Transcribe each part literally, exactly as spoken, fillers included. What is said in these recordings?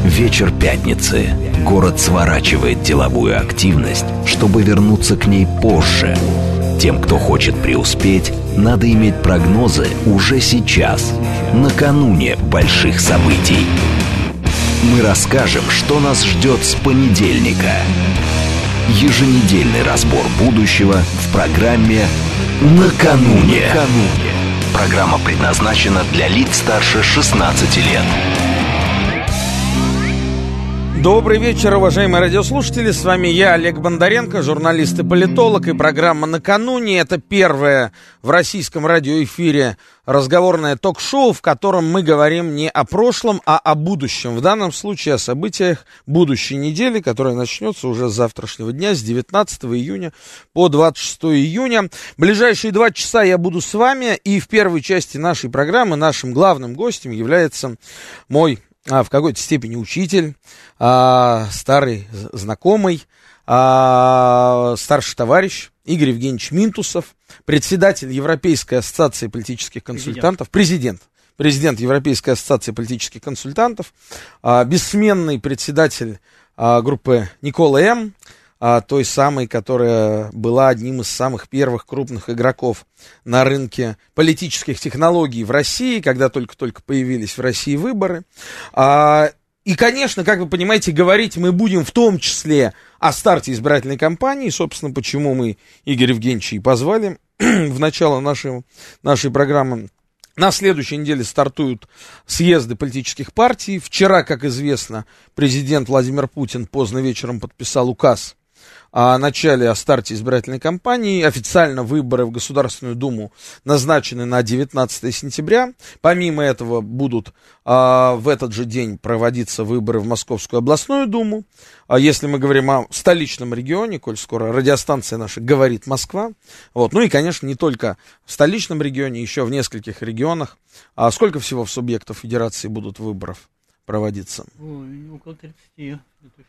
Вечер пятницы. Город сворачивает деловую активность, чтобы вернуться к ней позже. Тем, кто хочет преуспеть, надо иметь прогнозы уже сейчас, накануне больших событий. Мы расскажем, что нас ждет с понедельника. Еженедельный разбор будущего в программе «Накануне». «Накануне». Программа предназначена для лиц старше шестнадцати лет. Добрый вечер, уважаемые радиослушатели. С вами я, Олег Бондаренко, журналист и политолог. И программа «Накануне» — это первое в российском радиоэфире разговорное ток-шоу, в котором мы говорим не о прошлом, а о будущем. В данном случае о событиях будущей недели, которая начнется уже с завтрашнего дня, с девятнадцатого июня по двадцать шестое июня. Ближайшие два часа я буду с вами. И в первой части нашей программы нашим главным гостем является мой А, в какой-то степени учитель, а, старый знакомый, а, старший товарищ Игорь Евгеньевич Минтусов, председатель Европейской ассоциации политических консультантов, президент, президент Европейской ассоциации политических консультантов, а, бессменный председатель а, группы Никола М., а, той самой, которая была одним из самых первых крупных игроков на рынке политических технологий в России, когда только-только появились в России выборы. А, и, конечно, как вы понимаете, говорить мы будем в том числе о старте избирательной кампании, собственно, почему мы Игоря Евгеньевича и позвали в начало нашей, нашей программы. На следующей неделе стартуют съезды политических партий. Вчера, как известно, президент Владимир Путин поздно вечером подписал указ о начале, о старте избирательной кампании. Официально выборы в Государственную Думу назначены на девятнадцатое сентября. Помимо этого будут а, в этот же день проводиться выборы в Московскую областную Думу. А если мы говорим о столичном регионе, коль скоро радиостанция наша «Говорит Москва». Вот. Ну и, конечно, не только в столичном регионе, еще в нескольких регионах. А сколько всего в субъектов федерации будут выборов проводиться? Ой, около тридцати.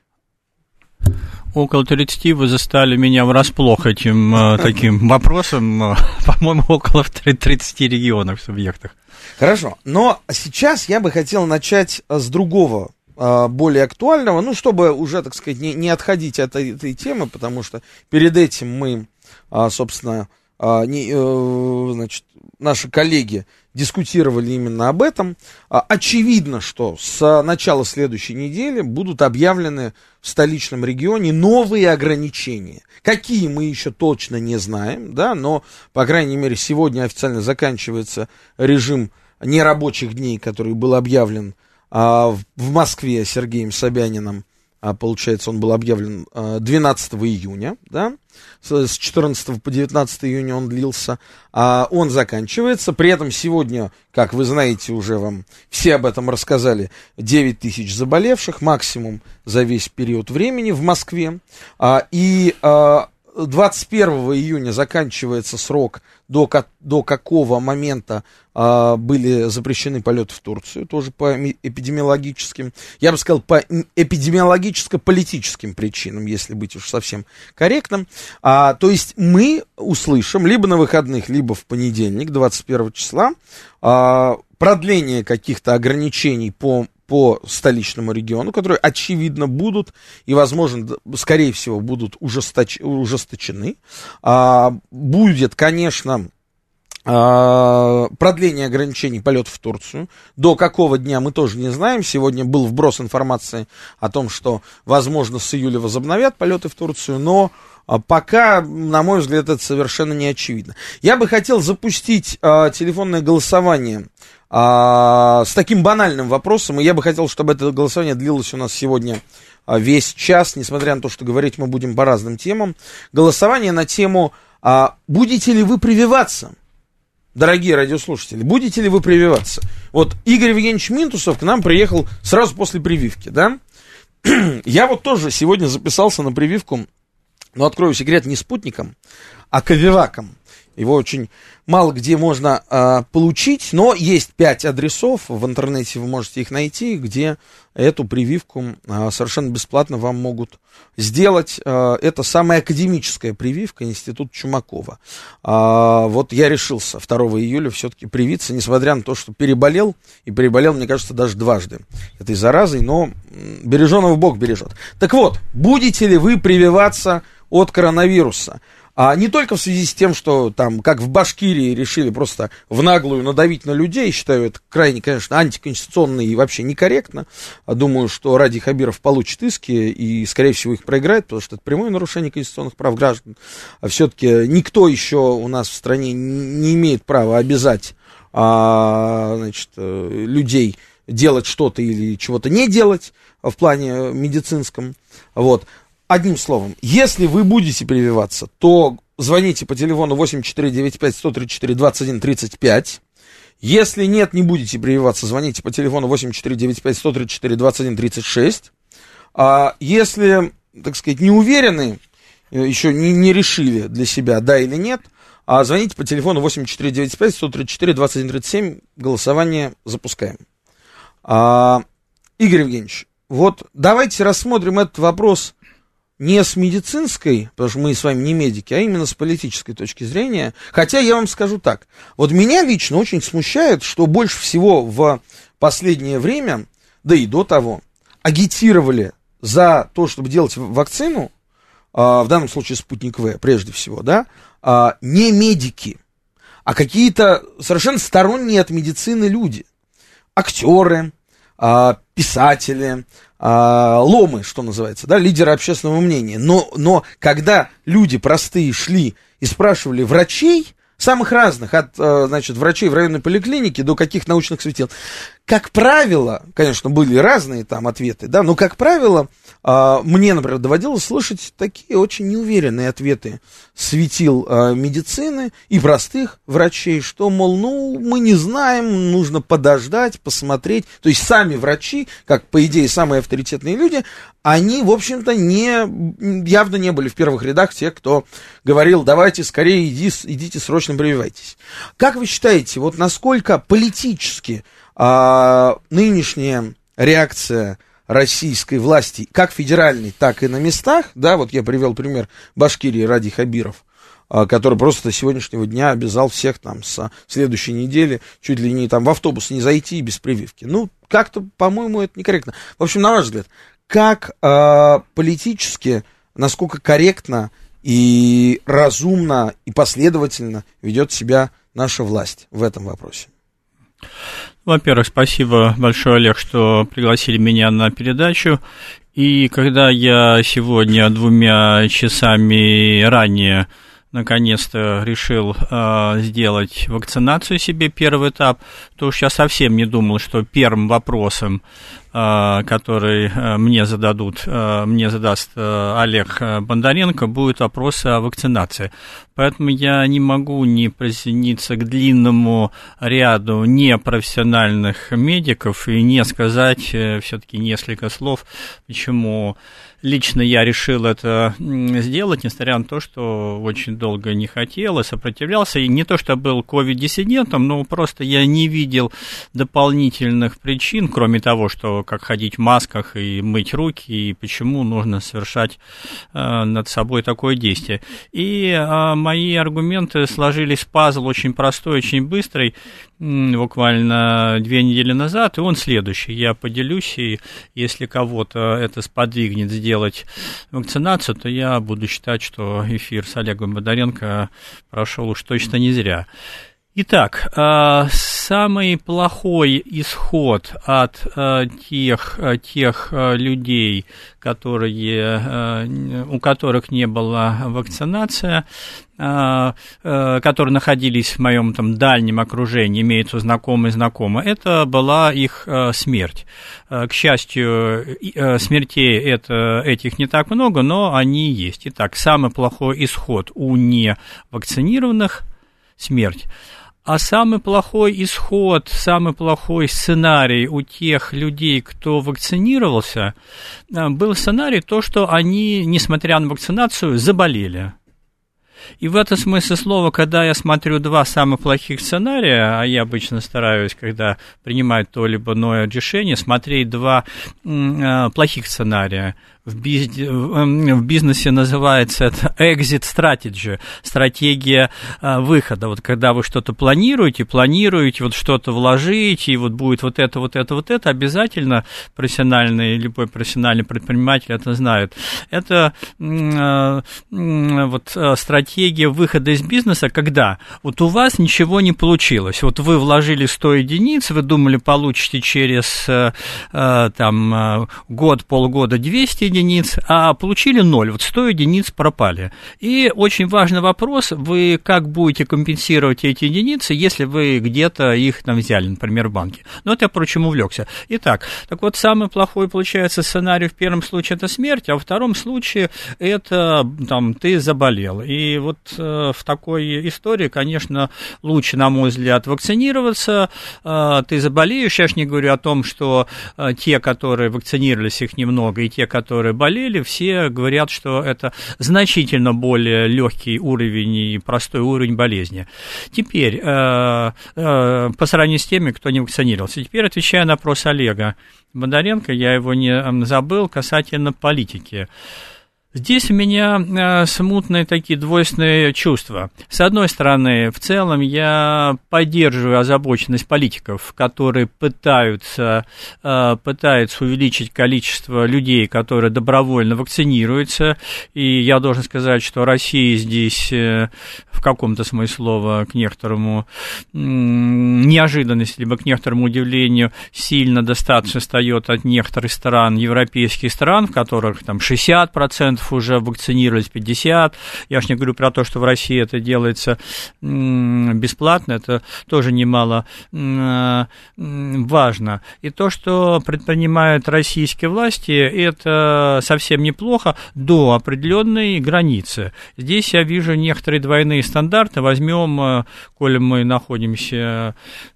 Около тридцати. Вы застали меня врасплох этим э, таким вопросом. Э, по-моему, около тридцати регионов в субъектах. Хорошо, но сейчас я бы хотел начать с другого, э, более актуального, ну, чтобы уже, так сказать, не, не отходить от этой, этой темы, потому что перед этим мы, э, собственно, э, не, э, значит, наши коллеги дискутировали именно об этом. Очевидно, что с начала следующей недели будут объявлены в столичном регионе новые ограничения. Какие, мы еще точно не знаем, да, но, по крайней мере, сегодня официально заканчивается режим нерабочих дней, который был объявлен а, в Москве Сергеем Собяниным. А, получается, он был объявлен а, двенадцатого июня, да, с четырнадцатого по девятнадцатое июня он длился, а он заканчивается. При этом сегодня, как вы знаете, уже вам все об этом рассказали, девять тысяч заболевших, максимум за весь период времени в Москве, а, и а, двадцать первого июня заканчивается срок, до, до какого момента а, были запрещены полеты в Турцию, тоже по эпидемиологическим, я бы сказал, по эпидемиологическо-политическим причинам, если быть уж совсем корректным. А, то есть мы услышим либо на выходных, либо в понедельник, двадцать первого числа, а, продление каких-то ограничений по по столичному региону, которые, очевидно, будут и, возможно, скорее всего, будут ужесточ... ужесточены. А, будет, конечно, а, продление ограничений полетов в Турцию. До какого дня мы тоже не знаем. Сегодня был вброс информации о том, что, возможно, с июля возобновят полеты в Турцию, но пока, на мой взгляд, это совершенно не очевидно. Я бы хотел запустить а, телефонное голосование а, с таким банальным вопросом, и я бы хотел, чтобы это голосование длилось у нас сегодня а, весь час, несмотря на то, что говорить мы будем по разным темам. Голосование на тему а, «Будете ли вы прививаться?» Дорогие радиослушатели, будете ли вы прививаться? Вот Игорь Евгеньевич Минтусов к нам приехал сразу после прививки, да? Я вот тоже сегодня записался на прививку, но, открою секрет, не спутником, а ковиваком. Его очень мало где можно а, получить, но есть пять адресов, в интернете вы можете их найти, где эту прививку а, совершенно бесплатно вам могут сделать. А, это самая академическая прививка, институт Чумакова. А, вот я решился второго июля все-таки привиться, несмотря на то, что переболел, и переболел, мне кажется, даже дважды этой заразой, но береженого Бог бережет. Так вот, будете ли вы прививаться от коронавируса? А не только в связи с тем, что там, как в Башкирии, решили просто в наглую надавить на людей, считаю это крайне, конечно, антиконституционно и вообще некорректно. Думаю, что Ради Хабиров получит иски и, скорее всего, их проиграет, потому что это прямое нарушение конституционных прав граждан. А все-таки никто еще у нас в стране не имеет права обязать а, значит, людей делать что-то или чего-то не делать в плане медицинском. Вот. Одним словом, если вы будете прививаться, то звоните по телефону восемь четыре девять пять сто тридцать четыре двадцать один тридцать пять. Если нет, не будете прививаться, звоните по телефону восемь четыре девять пять сто тридцать четыре двадцать один тридцать шесть. А если, так сказать, не уверены, еще не, не решили для себя, да или нет, а звоните по телефону восемь четыре девять пять сто тридцать четыре двадцать один тридцать семь. Голосование запускаем. А, Игорь Евгеньевич, вот давайте рассмотрим этот вопрос не с медицинской, потому что мы с вами не медики, а именно с политической точки зрения. Хотя я вам скажу так. Вот меня лично очень смущает, что больше всего в последнее время, да и до того, агитировали за то, чтобы делать вакцину, в данном случае «Спутник В», прежде всего, да, не медики, а какие-то совершенно сторонние от медицины люди. Актеры, писатели, ломы, что называется, да, лидеры общественного мнения. Но, но когда люди простые шли и спрашивали врачей, самых разных, от, значит, врачей в районной поликлинике до каких научных светил, как правило, конечно, были разные там ответы, да, но, как правило, мне, например, доводилось слышать такие очень неуверенные ответы светил медицины и простых врачей, что, мол, ну, мы не знаем, нужно подождать, посмотреть. То есть сами врачи, как, по идее, самые авторитетные люди, они, в общем-то, не, явно не были в первых рядах тех, кто говорил, давайте скорее иди, идите срочно прививайтесь. Как вы считаете, вот насколько политически а, нынешняя реакция российской власти, как федеральной, так и на местах, да, вот я привел пример Башкирии, Ради Хабиров, а, который просто с сегодняшнего дня обязал всех там с следующей недели чуть ли не там в автобус не зайти без прививки. Ну, как-то, по-моему, это некорректно. В общем, на ваш взгляд, как а, политически, насколько корректно и разумно и последовательно ведет себя наша власть в этом вопросе? Во-первых, спасибо большое, Олег, что пригласили меня на передачу. И когда я сегодня двумя часами ранее наконец-то решил э, сделать вакцинацию себе, первый этап, то уж я совсем не думал, что первым вопросом, э, который э, мне зададут, э, мне задаст э, Олег Бондаренко, будет вопрос о вакцинации. Поэтому я не могу не присоединиться к длинному ряду непрофессиональных медиков и не сказать э, все-таки несколько слов, почему лично я решил это сделать, несмотря на то, что очень долго не хотел и сопротивлялся. И не то, что был ковид-диссидентом, но просто я не видел дополнительных причин, кроме того, что как ходить в масках и мыть руки, и почему нужно совершать э, над собой такое действие. И э, мои аргументы сложились в пазл очень простой, очень быстрый, буквально две недели назад, и он следующий. Я поделюсь, и если кого-то это сподвигнет сделать вакцинацию, то я буду считать, что эфир с Олегом Бондаренко прошел уж точно не зря. Итак, самый плохой исход от тех, тех людей, которые, у которых не была вакцинация, которые находились в моем там дальнем окружении, имеются знакомые-знакомые, это была их смерть. К счастью, смертей это, этих не так много, но они есть. Итак, самый плохой исход у невакцинированных – смерть. А самый плохой исход, самый плохой сценарий у тех людей, кто вакцинировался, был сценарий то, что они, несмотря на вакцинацию, заболели. И в этом смысле слова, когда я смотрю два самых плохих сценария, а я обычно стараюсь, когда принимаю то либо иное решение, смотреть два м, плохих сценария. в, биз... в бизнесе называется это exit strategy, стратегия выхода. Вот когда вы что-то планируете, планируете вот что-то вложить, и вот будет вот это, вот это, вот это, обязательно профессиональный, любой профессиональный предприниматель это знает. Это вот стратегия выхода из бизнеса, когда вот у вас ничего не получилось. Вот вы вложили сто единиц, вы думали, получите через там год, полгода двести единиц, а получили ноль, вот сто единиц пропали. И очень важный вопрос, вы как будете компенсировать эти единицы, если вы где-то их там взяли, например, в банке. Ну, это я, впрочем, увлекся. Итак, так вот, самый плохой, получается, сценарий в первом случае это смерть, а во втором случае это там ты заболел. И вот э, в такой истории, конечно, лучше, на мой взгляд, вакцинироваться. Э, ты заболеешь, я ж не говорю о том, что э, те, которые вакцинировались, их немного, и те, которые болели, все говорят, что это значительно более легкий уровень и простой уровень болезни. Теперь, э, э, по сравнению с теми, кто не вакцинировался, теперь отвечая на вопрос Олега Бондаренко, я его не забыл, касательно политики. Здесь у меня смутные такие двойственные чувства. С одной стороны, в целом я поддерживаю озабоченность политиков, которые пытаются, пытаются увеличить количество людей, которые добровольно вакцинируются. И я должен сказать, что Россия здесь в каком-то смысле слова к некоторому неожиданности, либо к некоторому удивлению сильно достаточно отстает от некоторых стран, европейских стран, в которых там шестьдесят процентов уже вакцинировались, пятьдесят процентов. Я ж не говорю про то, что в России это делается бесплатно, это тоже немало важно. И то, что предпринимают российские власти, это совсем неплохо до определенной границы. Здесь я вижу некоторые двойные стандарты. Возьмем, коли мы находимся,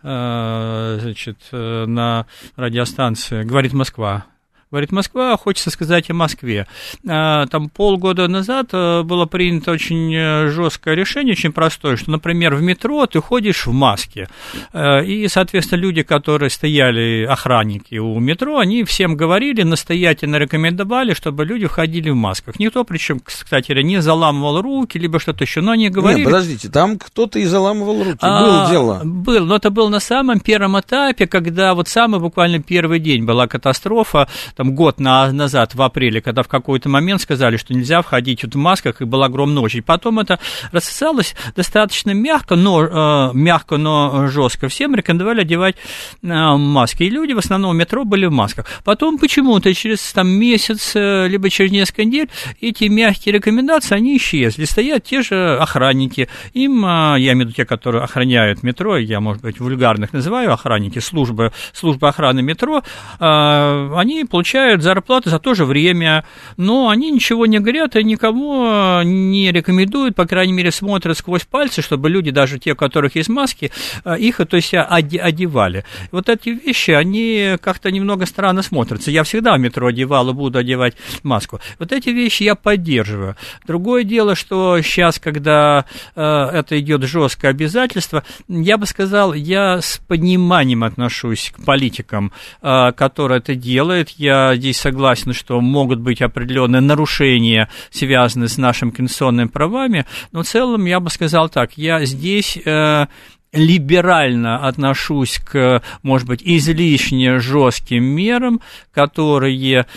значит, на радиостанции «Говорит Москва». Говорит Москва, хочется сказать о Москве. Там полгода назад было принято очень жесткое решение, очень простое, что, например, в метро ты ходишь в маске. И, соответственно, люди, которые стояли, охранники у метро, они всем говорили, настоятельно рекомендовали, чтобы люди входили в масках. Никто, причем, кстати, не заламывал руки, либо что-то еще, но они говорили... Нет, подождите, там кто-то и заламывал руки, а, было дело. Был, но это было на самом первом этапе, когда вот самый буквально первый день была катастрофа, там, год на, назад, в апреле, когда в какой-то момент сказали, что нельзя входить вот в масках, и была огромная очередь. Потом это рассосалось достаточно мягко, но, э, мягко, но жестко. Всем рекомендовали одевать э, маски, и люди в основном в метро были в масках. Потом почему-то через там, месяц, э, либо через несколько недель эти мягкие рекомендации, они исчезли. Стоят те же охранники. Им, э, я имею в виду те, которые охраняют метро, я, может быть, вульгарных называю охранники, службы, службы охраны метро, э, они получают получают зарплату за то же время, но они ничего не говорят и никому не рекомендуют, по крайней мере, смотрят сквозь пальцы, чтобы люди, даже те, у которых есть маски, их, то есть, одевали. Вот эти вещи, они как-то немного странно смотрятся. Я всегда в метро одевал и буду одевать маску. Вот эти вещи я поддерживаю. Другое дело, что сейчас, когда это идет жесткое обязательство, я бы сказал, я с пониманием отношусь к политикам, которые это делают. Я здесь согласен, что могут быть определенные нарушения, связанные с нашими конституционными правами, но в целом я бы сказал так, я здесь... Э, либерально отношусь к, может быть, излишне жестким мерам, которые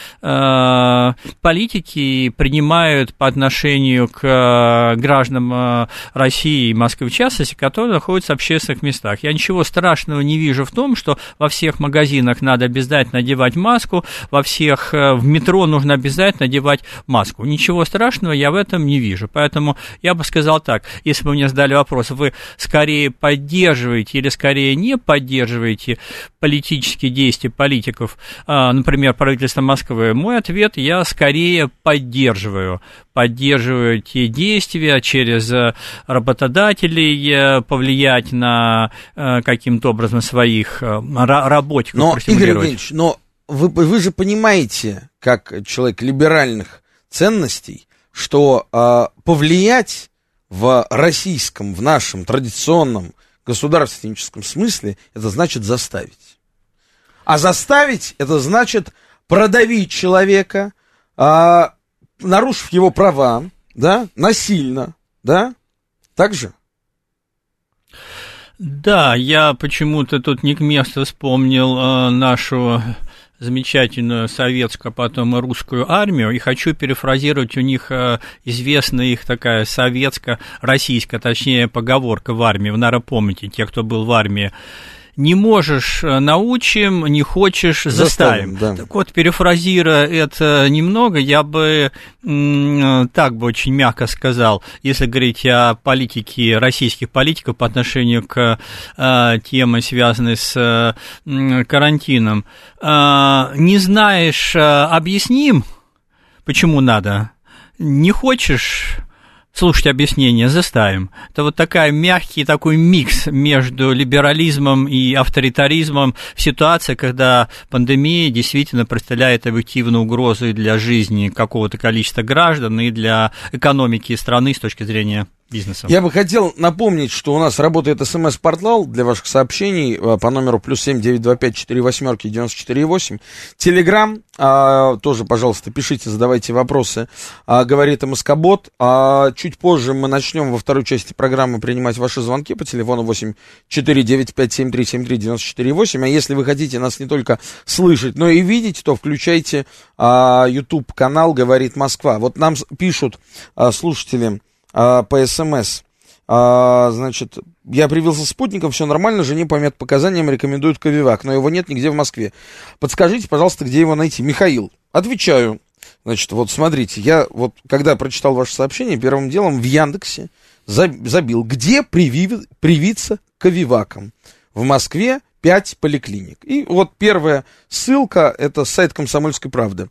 э, политики принимают по отношению к э, гражданам э, России и Москвы, в частности, которые находятся в общественных местах. Я ничего страшного не вижу в том, что во всех магазинах надо обязательно одевать маску, во всех э, в метро нужно обязательно одевать маску. Ничего страшного я в этом не вижу. Поэтому я бы сказал так, если бы мне задали вопрос, вы скорее поддерживаете поддерживаете или скорее не поддерживаете политические действия политиков, например, правительства Москвы, мой ответ: я скорее поддерживаю. Поддерживаю те действия через работодателей, повлиять на каким-то образом своих работников. Но, Игорь Евгеньевич, но вы, вы же понимаете, как человек либеральных ценностей, что э, повлиять в российском, в нашем традиционном государственническом смысле, это значит заставить. А заставить, это значит продавить человека, а, нарушив его права, да, насильно, да, так же? Да, я почему-то тут не к месту вспомнил э, нашу замечательную советскую, потом и русскую армию, и хочу перефразировать у них э, известная их такая советско-российская, точнее, поговорка в армии, вы, наверное, помните, те, кто был в армии: не можешь — научим, не хочешь — заставим. заставим, да. Так вот, перефразируя это немного, я бы м, так бы очень мягко сказал, если говорить о политике российских политиков по отношению к э, теме, связанной с э, карантином. Э, не знаешь — объясним, почему надо. Не хочешь слушать объяснения — заставим. Это вот такой мягкий такой микс между либерализмом и авторитаризмом в ситуации, когда пандемия действительно представляет объективную угрозу и для жизни какого-то количества граждан, и для экономики страны с точки зрения бизнеса. Я бы хотел напомнить, что у нас работает смс-портал для ваших сообщений по номеру плюс семь девять два пять четыре восьмерки девяносто четыре восемь. Телеграм, а, тоже, пожалуйста, пишите, задавайте вопросы. А, говорит МСК-бот. А, чуть позже мы начнем во второй части программы принимать ваши звонки по телефону восемь четыре девять пять семь три семь три девяносто четыре восемь. А если вы хотите нас не только слышать, но и видеть, то включайте а, YouTube-канал «Говорит Москва». Вот нам пишут а, слушатели по СМС. А, значит, я привился спутником, все нормально, жене по медпоказаниям рекомендуют Ковивак, но его нет нигде в Москве. Подскажите, пожалуйста, где его найти? Михаил, отвечаю. Значит, вот смотрите, я вот, когда прочитал ваше сообщение, первым делом в Яндексе забил, где привив, привиться Ковиваком. В Москве пять поликлиник. И вот первая ссылка, это сайт «Комсомольской правды».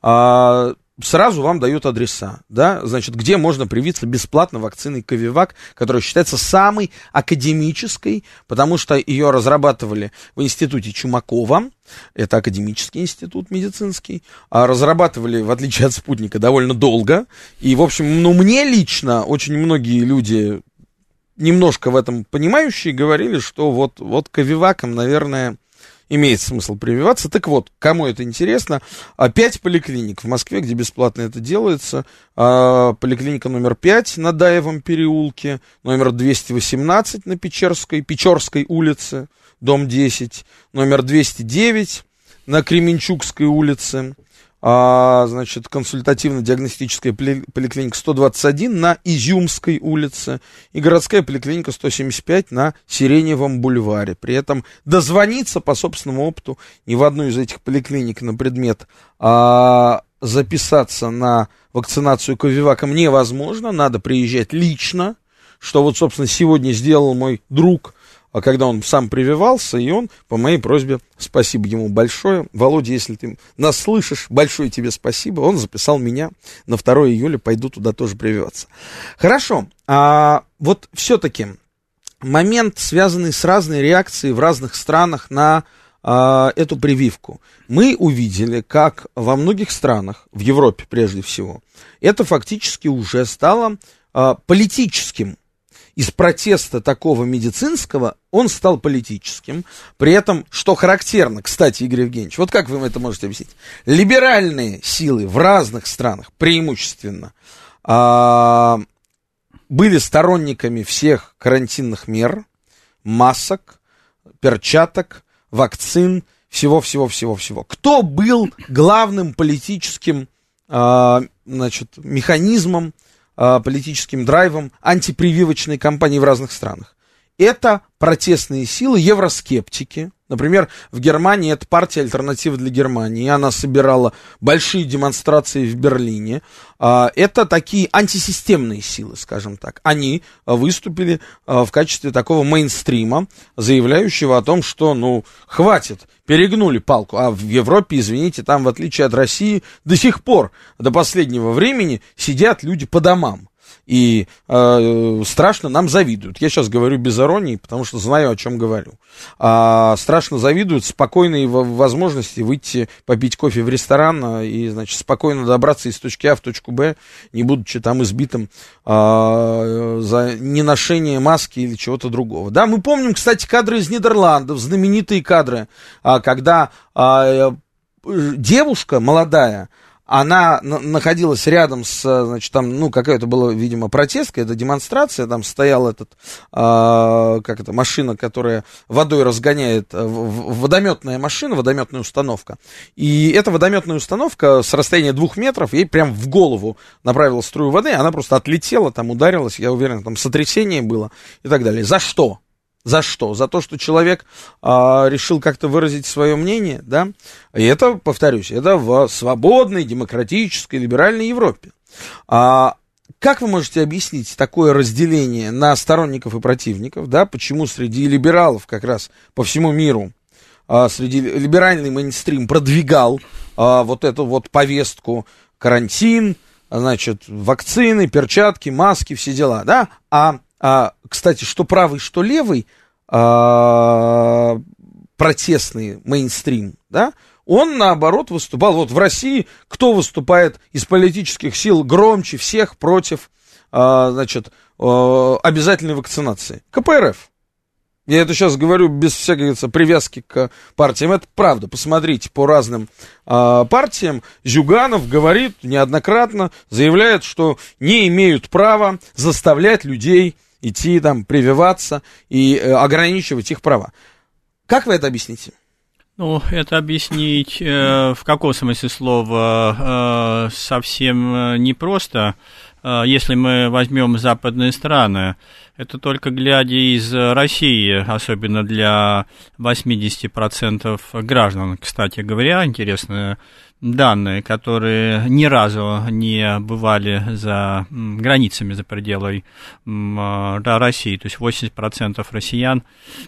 А, сразу вам дают адреса, да, значит, где можно привиться бесплатно вакциной Ковивак, которая считается самой академической, потому что ее разрабатывали в институте Чумакова, это академический институт медицинский, а разрабатывали, в отличие от спутника, довольно долго, и, в общем, ну, мне лично очень многие люди, немножко в этом понимающие, говорили, что вот, вот Ковиваком, наверное, имеет смысл прививаться. Так вот, кому это интересно, пять поликлиник в Москве, где бесплатно это делается. Поликлиника номер пять на Даевом переулке, номер двести восемнадцать на Печерской, Печорской улице, дом десять, номер двести девять на Кременчугской улице, а, значит, консультативно-диагностическая поликлиника сто двадцать один на Изюмской улице и городская поликлиника сто семьдесят пять на Сиреневом бульваре. При этом дозвониться по собственному опыту ни в одну из этих поликлиник на предмет а, записаться на вакцинацию Ковиваком невозможно, надо приезжать лично, что вот, собственно, сегодня сделал мой друг, а когда он сам прививался, и он, по моей просьбе, спасибо ему большое. Володя, если ты нас слышишь, большое тебе спасибо. Он записал меня на второе июля, пойду туда тоже прививаться. Хорошо, а вот все-таки момент, связанный с разной реакцией в разных странах на а, эту прививку. Мы увидели, как во многих странах, в Европе прежде всего, это фактически уже стало а, политическим. Из протеста такого медицинского он стал политическим. При этом, что характерно, кстати, Игорь Евгеньевич, вот как вы это можете объяснить? Либеральные силы в разных странах преимущественно а, были сторонниками всех карантинных мер, масок, перчаток, вакцин, всего-всего-всего-всего. Кто был главным политическим а, значит, механизмом, политическим драйвом антипрививочной кампании в разных странах? Это протестные силы, евроскептики. Например, в Германии это партия «Альтернатива для Германии». Она собирала большие демонстрации в Берлине. Это такие антисистемные силы, скажем так. Они выступили в качестве такого мейнстрима, заявляющего о том, что, ну, хватит, перегнули палку. А в Европе, извините, там, в отличие от России, до сих пор, до последнего времени, сидят люди по домам. И э, страшно нам завидуют. Я сейчас говорю без иронии, потому что знаю, о чем говорю. А, страшно завидуют спокойной возможности выйти попить кофе в ресторан и, значит, спокойно добраться из точки А в точку Б, не будучи там избитым а, за неношение маски или чего-то другого. Да, мы помним, кстати, кадры из Нидерландов, знаменитые кадры, а, когда а, девушка молодая она на- находилась рядом с, значит, там, ну, какая-то была, видимо, протест, какая-то демонстрация, там стоял этот, э, как это, машина, которая водой разгоняет, в- в- водометная машина, водометная установка, и эта водометная установка с расстояния двух метров, ей прям в голову направила струю воды, она просто отлетела, там ударилась, я уверен, там сотрясение было и так далее. За что? За что? За то, что человек а, решил как-то выразить свое мнение, да? И это, повторюсь, это в свободной, демократической, либеральной Европе. А, как вы можете объяснить такое разделение на сторонников и противников, да? Почему среди либералов как раз по всему миру, а, среди либеральный мейнстрим продвигал а, вот эту вот повестку карантин, значит, вакцины, перчатки, маски, все дела, да? А А, кстати, что правый, что левый а, протестный мейнстрим, да, он, наоборот, выступал. Вот в России кто выступает из политических сил громче всех против, а, значит, а, обязательной вакцинации? ка пэ эр эф. Я это сейчас говорю без всякой, говорится, привязки к партиям. Это правда. Посмотрите по разным а, партиям. Зюганов говорит неоднократно, заявляет, что не имеют права заставлять людей идти там, прививаться и э, ограничивать их права. Как вы это объясните? Ну, это объяснить э, в каком смысле слова э, совсем непросто. Э, если мы возьмем западные страны, это только глядя из России, особенно для восемьдесят процентов граждан, кстати говоря, интересные данные, которые ни разу не бывали за границами, за пределами России. То есть восемьдесят процентов россиян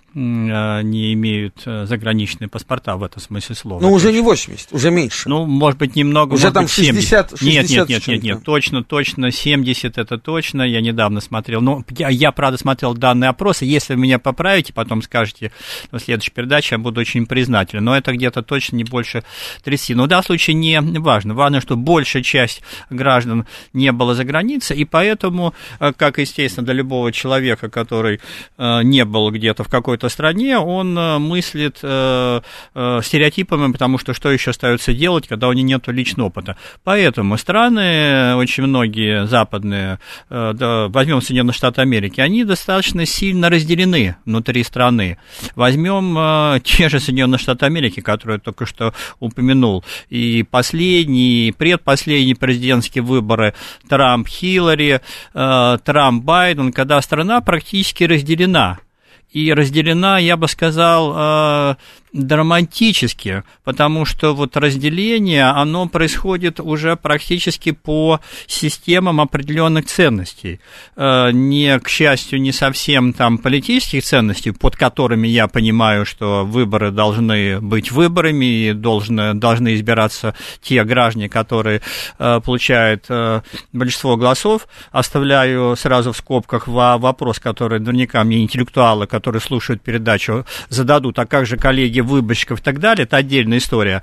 не имеют заграничные паспорта в этом смысле слова. Ну, уже не восемьдесят, уже меньше. Ну, может быть, немного, уже может там быть, семьдесят. шестьдесят, шестьдесят нет, нет, нет, нет, нет, точно, точно, семьдесят это точно, я недавно смотрел. Ну, я, я, правда, смотрел данные опросы, если вы меня поправите, потом скажете в следующей передаче, я буду очень признателен, но это где-то точно не больше тридцати. Но в данном случае не важно. Важно, что большая часть граждан не была за границей, и поэтому, как, естественно, для любого человека, который не был где-то в какой-то стране, он мыслит стереотипами, потому что что еще остается делать, когда у него нет личного опыта. Поэтому страны, очень многие западные, да, возьмем Соединенные Штаты Америки, они достаточно сильно разделены внутри страны. Возьмем те же Соединенные Штаты Америки, которые я только что упомянул, и последние, и предпоследние президентские выборы Трамп-Хиллари, Трамп-Байден, когда страна практически разделена. И разделена, я бы сказал, драматически, потому что вот разделение, оно происходит уже практически по системам определенных ценностей. Не, к счастью, не совсем там политических ценностей, под которыми я понимаю, что выборы должны быть выборами, и должны, должны избираться те граждане, которые получают большинство голосов. Оставляю сразу в скобках вопрос, который наверняка мне интеллектуалы, которые слушают передачу, зададут, а как же коллеги выборщиков и так далее, это отдельная история.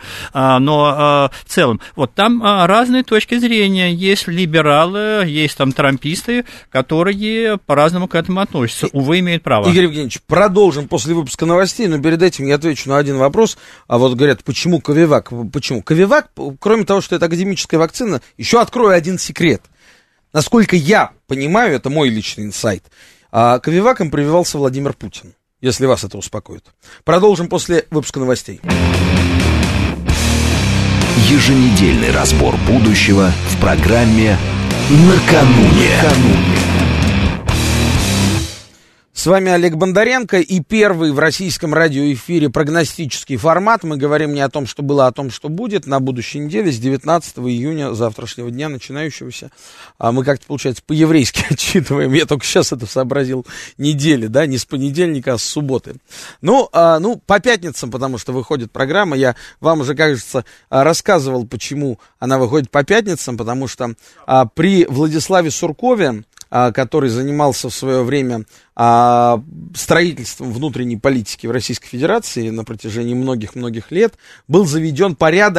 Но в целом, вот там разные точки зрения. Есть либералы, есть там трамписты, которые по-разному к этому относятся. Увы, имеют право. Игорь Евгеньевич, продолжим после выпуска новостей, но перед этим я отвечу на один вопрос. А вот говорят, почему Ковивак? Почему? Ковивак, кроме того, что это академическая вакцина, еще открою один секрет. Насколько я понимаю, это мой личный инсайт, Ковиваком прививался Владимир Путин, если вас это успокоит. Продолжим после выпуска новостей. Еженедельный разбор будущего в программе «Накануне». С вами Олег Бондаренко и первый в российском радиоэфире прогностический формат. Мы говорим не о том, что было, а о том, что будет на будущей неделе с девятнадцатого июня завтрашнего дня, начинающегося. А мы как-то, получается, по-еврейски отчитываем. Я только сейчас это сообразил, недели, да, не с понедельника, а с субботы. Ну, а, ну, по пятницам, потому что выходит программа. Я вам уже, кажется, рассказывал, почему она выходит по пятницам, потому что а, при Владиславе Суркове, который занимался в свое время а, строительством внутренней политики в Российской Федерации на протяжении многих-многих лет, был заведен порядок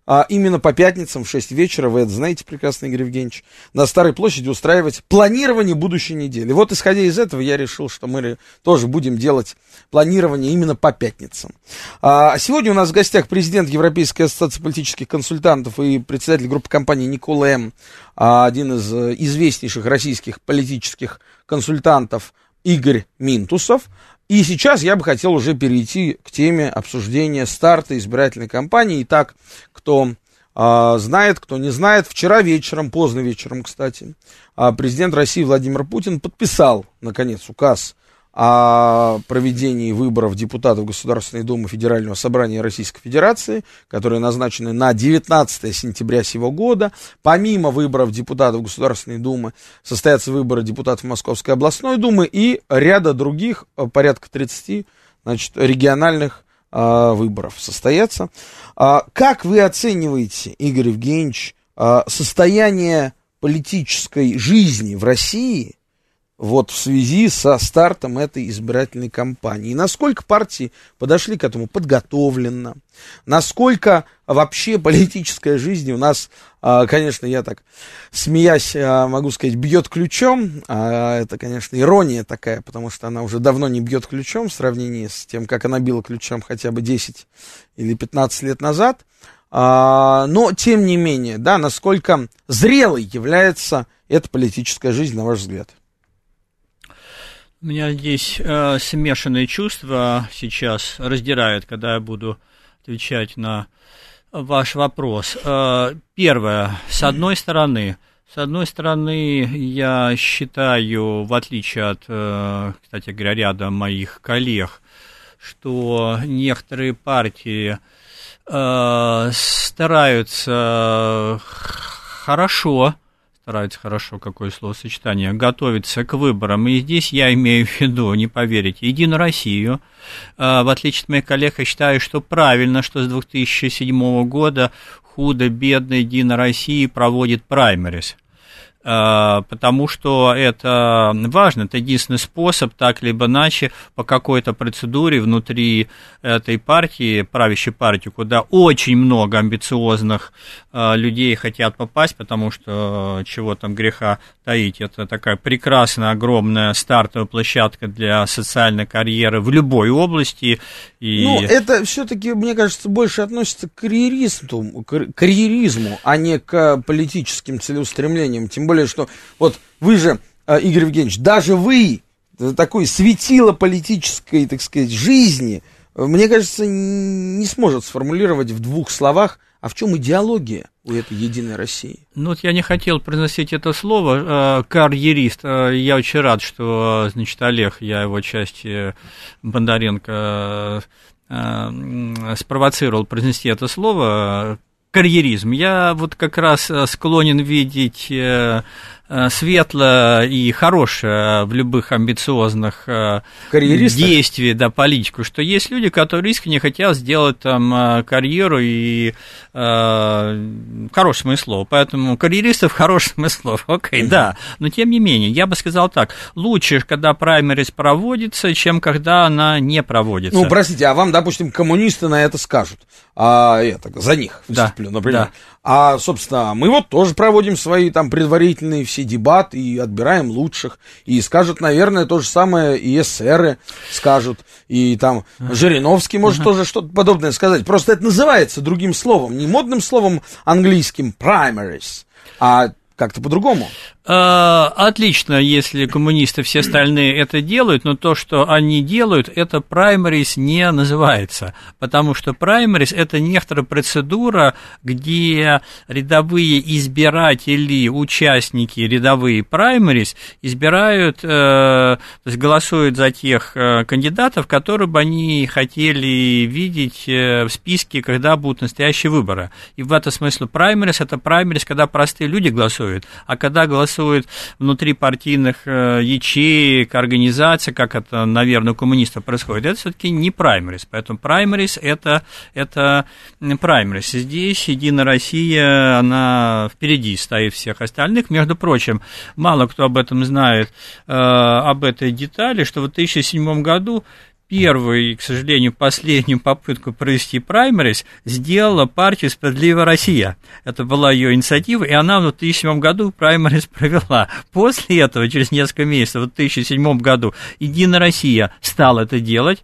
а, именно по пятницам в шесть вечера, вы это знаете прекрасно, Игорь Евгеньевич, на Старой площади устраивать планирование будущей недели. Вот, исходя из этого, я решил, что мы тоже будем делать планирование именно по пятницам. А, сегодня у нас в гостях президент Европейской ассоциации политических консультантов и председатель группы компаний Никола М., один из известнейших российских политических консультантов Игорь Минтусов. И сейчас я бы хотел уже перейти к теме обсуждения старта избирательной кампании. Итак, кто э, знает, кто не знает, вчера вечером, поздно вечером, кстати, э, президент России Владимир Путин подписал, наконец, указ о проведении выборов депутатов Государственной Думы Федерального собрания Российской Федерации, которые назначены на девятнадцатое сентября сего года. Помимо выборов депутатов Государственной Думы состоятся выборы депутатов Московской областной думы и ряда других, порядка тридцати, значит, региональных э, выборов состоятся. А, как вы оцениваете, Игорь Евгеньевич, э, состояние политической жизни в России вот в связи со стартом этой избирательной кампании? И насколько партии подошли к этому подготовленно? Насколько вообще политическая жизнь у нас, конечно, я так, смеясь, могу сказать, бьет ключом. Это, конечно, ирония такая, потому что она уже давно не бьет ключом в сравнении с тем, как она била ключом хотя бы десять или пятнадцать лет назад. Но, тем не менее, да, насколько зрелой является эта политическая жизнь, на ваш взгляд? У меня здесь э, смешанные чувства сейчас раздирают, когда я буду отвечать на ваш вопрос. Э, первое, с одной стороны, с одной стороны, я считаю, в отличие от, э, кстати говоря, ряда моих коллег, что некоторые партии э, стараются хорошо, стараются хорошо, какое словосочетание, готовиться к выборам. И здесь я имею в виду, не поверите, Единую Россию. В отличие от моих коллег, я считаю, что правильно, что с две тысячи седьмого года худо-бедно Единая Россия проводит праймерис. Потому что это важно, это единственный способ, так либо иначе, по какой-то процедуре внутри этой партии, правящей партии, куда очень много амбициозных людей хотят попасть, потому что чего там греха таить, это такая прекрасная, огромная стартовая площадка для социальной карьеры в любой области. И... Ну, это все-таки, мне кажется, больше относится к карьеризму, к карьеризму, а не к политическим целеустремлениям, тем более, что вот вы же, Игорь Евгеньевич, даже вы, такой светило политической, так сказать, жизни, мне кажется, не сможет сформулировать в двух словах, а в чем идеология у этой Единой России? Ну, вот я не хотел произносить это слово, э, карьерист. Я очень рад, что, значит, Олег, я его части Бондаренко э, спровоцировал произнести это слово. Карьеризм. Я вот как раз склонен видеть светлое и хорошее в любых амбициозных действиях, да, политику, что есть люди, которые искренне хотят сделать там карьеру и э, хорошее смысло. Поэтому карьеристов хорошее смысло, окей, да. Но тем не менее, я бы сказал так, лучше, когда праймерис проводится, чем когда она не проводится. Ну, простите, а вам, допустим, коммунисты на это скажут, а это, за них выступлю, да, например. Да. А, собственно, мы вот тоже проводим свои там предварительные все дебаты и отбираем лучших. И скажут, наверное, то же самое и эсеры скажут. И там Жириновский может uh-huh. тоже что-то подобное сказать. Просто это называется другим словом. Не модным словом английским primaries, а как-то по-другому. Отлично, если коммунисты все остальные это делают, но то, что они делают, это праймерис не называется, потому что праймерис это некоторая процедура, где рядовые избиратели, участники рядовые праймерис избирают, то есть голосуют за тех кандидатов, которые бы они хотели видеть в списке, когда будут настоящие выборы. И в этом смысле праймерис это праймерис, когда простые люди голосуют, а когда голосуют внутри партийных э, ячеек, организаций, как это, наверное, у коммунистов происходит, это все-таки не праймерис. Поэтому праймерис это, это праймерис. Здесь Единая Россия, она впереди стоит всех остальных. Между прочим, мало кто об этом знает, э, об этой детали, что в две тысячи седьмом году первую и, к сожалению, последнюю попытку провести праймерис сделала партия «Справедливая Россия». Это была ее инициатива, и она в две тысячи седьмом году праймерис провела. После этого, через несколько месяцев, в две тысячи седьмом году, «Единая Россия» стала это делать,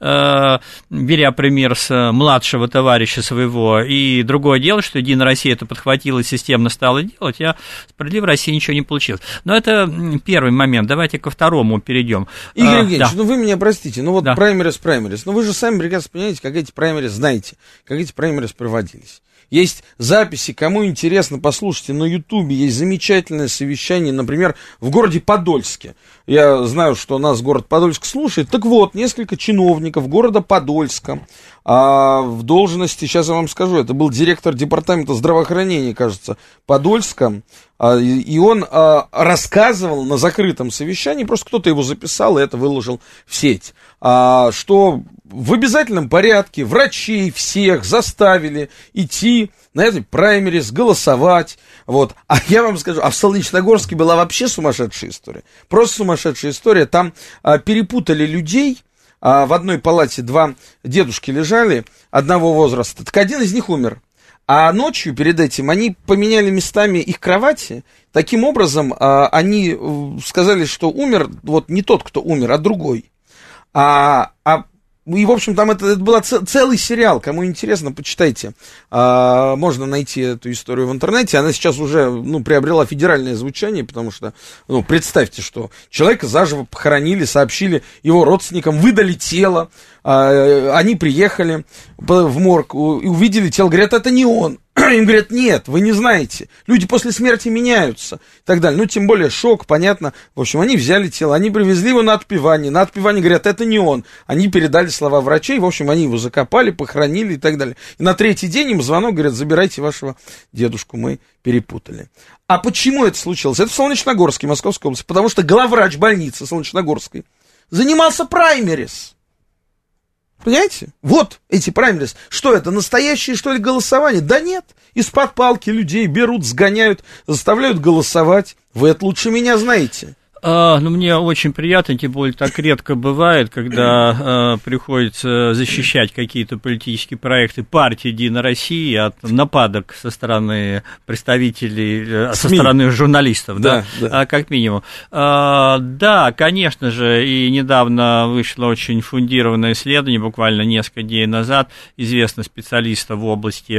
беря пример с младшего товарища своего. И другое дело, что «Единая Россия» это подхватила и системно стала делать, а «Справедливая Россия» ничего не получилось. Но это первый момент. Давайте ко второму перейдем. Игорь а, Евгеньевич, да. ну вы меня простите, ну вот да. праймерис, праймерис, но вы же сами прекрасно понимаете, как эти праймерис знаете, как эти праймерис проводились. Есть записи, кому интересно, послушайте, на Ютубе есть замечательное совещание, например, в городе Подольске. Я знаю, что нас город Подольск слушает. Так вот, несколько чиновников города Подольска а, в должности, сейчас я вам скажу, это был директор департамента здравоохранения, кажется, Подольска, а, и он а, рассказывал на закрытом совещании, просто кто-то его записал и это выложил в сеть, а, что в обязательном порядке врачей всех заставили идти на этой праймерис, голосовать, вот. А я вам скажу, а в Солнечногорске была вообще сумасшедшая история, просто сумасшедшая история, там а, перепутали людей, а, в одной палате два дедушки лежали одного возраста, так один из них умер, а ночью перед этим они поменяли местами их кровати, таким образом а, они сказали, что умер вот не тот, кто умер, а другой, а, а и, в общем, там это, это был целый сериал, кому интересно, почитайте, а, можно найти эту историю в интернете, она сейчас уже, ну, приобрела федеральное звучание, потому что, ну, представьте, что человека заживо похоронили, сообщили его родственникам, выдали тело, а, они приехали в морг и увидели тело, говорят, это не он. Им говорят, нет, вы не знаете, люди после смерти меняются и так далее. Ну, тем более шок, понятно. В общем, они взяли тело, они привезли его на отпевание. На отпевание говорят, это не он. Они передали слова врачей, в общем, они его закопали, похоронили и так далее. И на третий день им звонок, говорят, забирайте вашего дедушку, мы перепутали. А почему это случилось? Это в Солнечногорске, Московской области, потому что главврач больницы Солнечногорской занимался праймерис. Понимаете? Вот эти праймерис. Что это, настоящее, что ли, голосование? Да нет. Из-под палки людей берут, сгоняют, заставляют голосовать. Вы это лучше меня знаете. А, ну, мне очень приятно, тем более так редко бывает, когда а, приходится защищать какие-то политические проекты партии «Единая Россия» от нападок со стороны представителей, СМИ. Со стороны журналистов, да, да, да. А, как минимум. А, да, конечно же, и недавно вышло очень фундированное исследование, буквально несколько дней назад, известного специалиста в области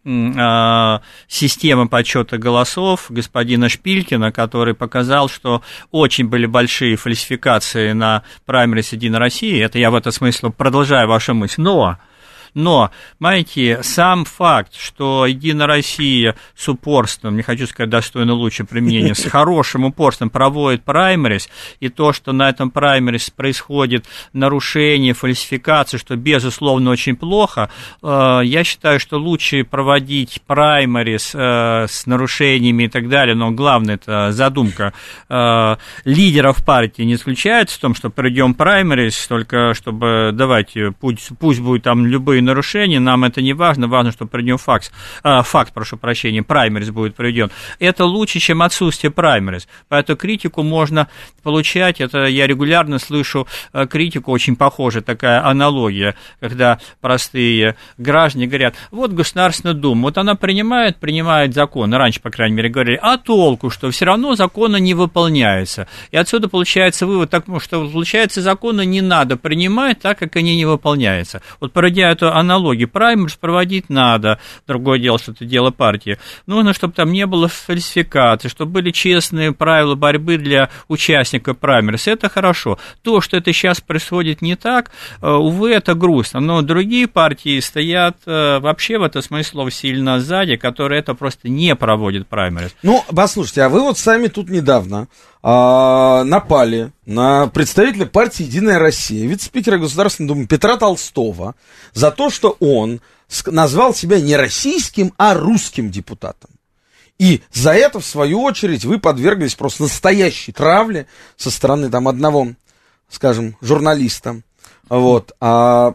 системы подсчета голосов господина Шпилькина, который показал, что очень были большие фальсификации на праймерис «Единой России». Это я в этом смысле продолжаю вашу мысль. Но... Но, понимаете, сам факт, что «Единая Россия» с упорством, не хочу сказать достойно лучше применения, с хорошим упорством проводит праймерис, и то, что на этом праймерис происходит нарушение, фальсификация, что, безусловно, очень плохо, я считаю, что лучше проводить праймерис с нарушениями и так далее, но главное, это задумка лидеров партии не заключается в том, что проведем праймерис, только чтобы, давайте, пусть, пусть будет там любые нарушения, нам это не важно, важно, что проведен факт, а, факт, прошу прощения, праймерис будет проведен. Это лучше, чем отсутствие праймерис. Поэтому критику можно получать, это я регулярно слышу критику, очень похожая такая аналогия, когда простые граждане говорят, вот Государственная Дума, вот она принимает, принимает законы, раньше, по крайней мере, говорили, а толку, что все равно законы не выполняются. И отсюда получается вывод, так, что, получается, законы не надо принимать, так как они не выполняются. Вот породя эту аналогии, праймерис проводить надо, другое дело, что это дело партии. Нужно, чтобы там не было фальсификации, чтобы были честные правила борьбы для участников праймерис. Это хорошо. То, что это сейчас происходит не так, увы, это грустно. Но другие партии стоят вообще в этом смысле сильно сзади, которые это просто не проводят праймерис. Ну, послушайте, а вы вот сами тут недавно а, напали на представителя партии «Единая Россия», вице-спикера Государственной Думы Петра Толстого, за то, что он назвал себя не российским, а русским депутатом. И за это, в свою очередь, вы подверглись просто настоящей травле со стороны там одного, скажем, журналиста. Вот. А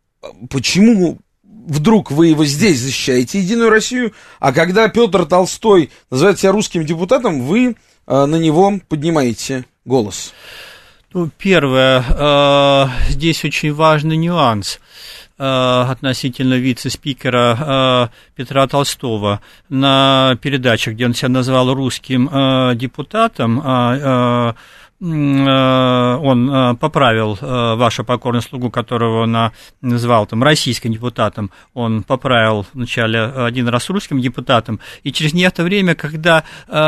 почему вдруг вы его здесь защищаете, «Единую Россию», а когда Петр Толстой называет себя русским депутатом, вы а, на него поднимаете голос? Ну, первое, э, здесь очень важный нюанс э, относительно вице-спикера э, Петра Толстого. На передаче, где он себя назвал русским э, депутатом, э, э, он поправил вашу покорную слугу, которого он назвал там российским депутатом, он поправил вначале один раз русским депутатом, и через некоторое время, когда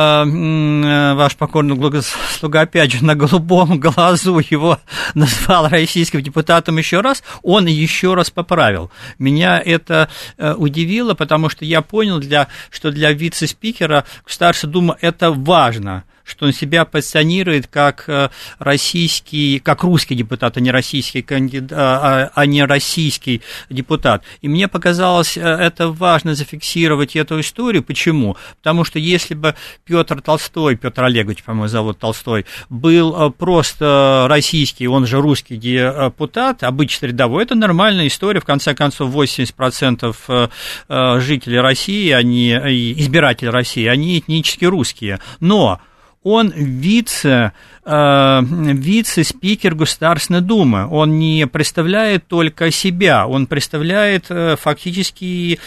ваш покорный слуга опять же на голубом глазу его назвал российским депутатом еще раз, он еще раз поправил. Меня это удивило, потому что я понял, для, что для вице-спикера Государственной Думы это важно, что он себя позиционирует как российский, как русский депутат, а не российский кандидат, а не российский депутат. И мне показалось это важно зафиксировать эту историю. Почему? Потому что если бы Петр Толстой, Петр Олегович, по-моему, зовут Толстой, был просто российский, он же русский депутат, обычный рядовой, это нормальная история. В конце концов, восемьдесят процентов жителей России, они, избирателей России, они этнически русские. Но он вице, э, вице-спикер Государственной Думы. Он не представляет только себя, он представляет э, фактически,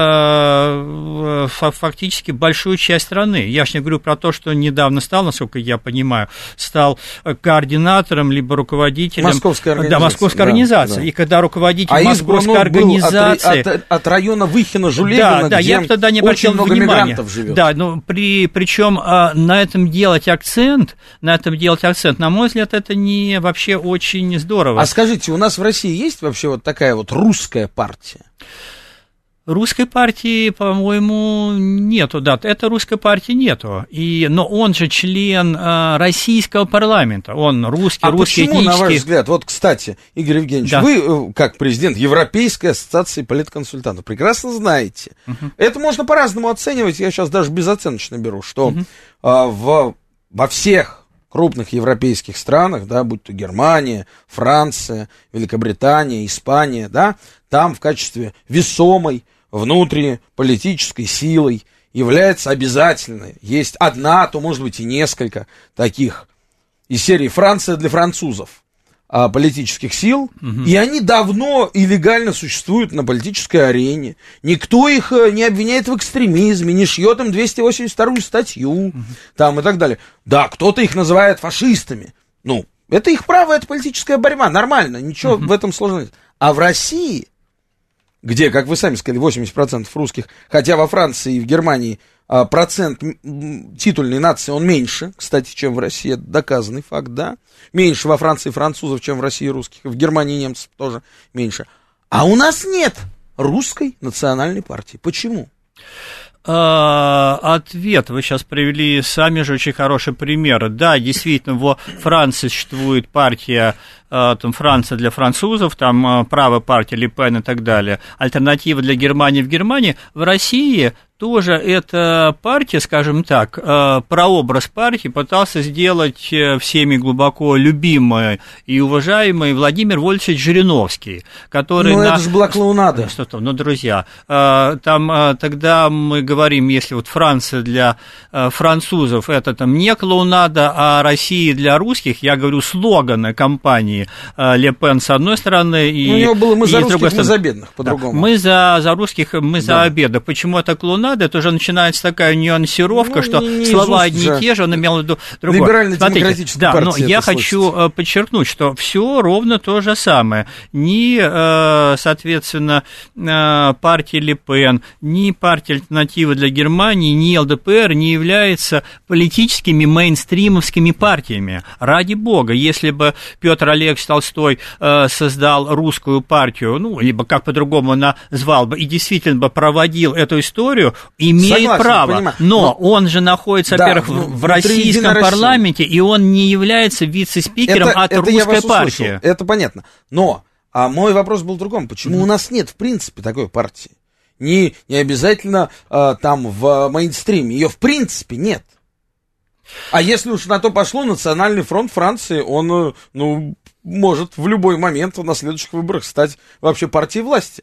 э, фактически большую часть страны. Я же не говорю про то, что недавно стал, насколько я понимаю, стал координатором либо руководителем Московской организации. Да, Московской организации. Да, да. И когда руководитель а Московской организации... От, от, от района Выхина-Жулебина, да, да, где я тогда не очень много внимания. мигрантов живет. Да, ну, при, причем на этом деле делать акцент, на этом делать акцент, на мой взгляд, это не вообще очень здорово. А скажите, у нас в России есть вообще вот такая вот русская партия? Русской партии, по-моему, нету, да, это русской партии нету, и, но он же член э, российского парламента, он русский, а русский почему, этнический... на ваш взгляд, вот, кстати, Игорь Евгеньевич, да. вы, как президент Европейской ассоциации политконсультантов, прекрасно знаете, uh-huh. это можно по-разному оценивать, я сейчас даже безоценочно беру, что uh-huh. э, в, во всех крупных европейских странах, да, будь то Германия, Франция, Великобритания, Испания, да, там в качестве весомой внутриполитической силой является обязательной. Есть одна, то может быть и несколько таких из серии «Франция для французов» политических сил, угу. и они давно и легально существуют на политической арене. Никто их не обвиняет в экстремизме, не шьет им двести восемьдесят вторую статью, угу. там и так далее. Да, кто-то их называет фашистами. Ну, это их право, это политическая борьба, нормально, ничего угу. в этом сложного нет. А в России, где, как вы сами сказали, восемьдесят процентов русских, хотя во Франции и в Германии а, процент титульной нации, он меньше, кстати, чем в России, это доказанный факт, да, меньше во Франции французов, чем в России русских, в Германии немцев тоже меньше. А у нас нет русской национальной партии. Почему? Ответ вы сейчас привели сами же очень хороший пример. Да, действительно, во Франции существует партия, там, Франция для французов, там правая партия Ле Пен и так далее. Альтернатива для Германии в Германии. В России тоже эта партия, скажем так, прообраз партии пытался сделать всеми глубоко любимый и уважаемый Владимир Вольфович Жириновский, который... Ну, на... это же была клоунада. Что-то, ну, друзья, там тогда мы говорим, если вот Франция для французов, это там не клоунада, а Россия для русских, я говорю, слоганы кампании Ле Пен с одной стороны и... У него было «мы за русских, мы за бедных», по-другому. Да, мы за, за русских, мы за да. бедных. Почему это клоунада? Это уже начинается такая нюансировка, ну, что не, не слова одни и те же, он имел в виду другое. Либерально-демократическая да, партия. но я хочу слышите. подчеркнуть, что все ровно то же самое. Ни, соответственно, партия Ле Пен, ни партия Альтернатива для Германии, ни эл дэ пэ эр не являются политическими мейнстримовскими партиями. Ради бога, если бы Петр Олегович Толстой создал русскую партию, ну, либо как по-другому назвал бы, и действительно бы проводил эту историю, имеет Согласен, право, понимаю. но, но он же находится, да, во-первых, ну, в российском парламенте, и он не является вице-спикером это, от это русской партии. Услышал, это понятно. Но а мой вопрос был в другом. Почему mm-hmm. у нас нет, в принципе, такой партии? Не, не обязательно а, там в мейнстриме. Ее, в принципе, нет. А если уж на то пошло, Национальный фронт Франции, он, ну, может в любой момент на следующих выборах стать вообще партией власти.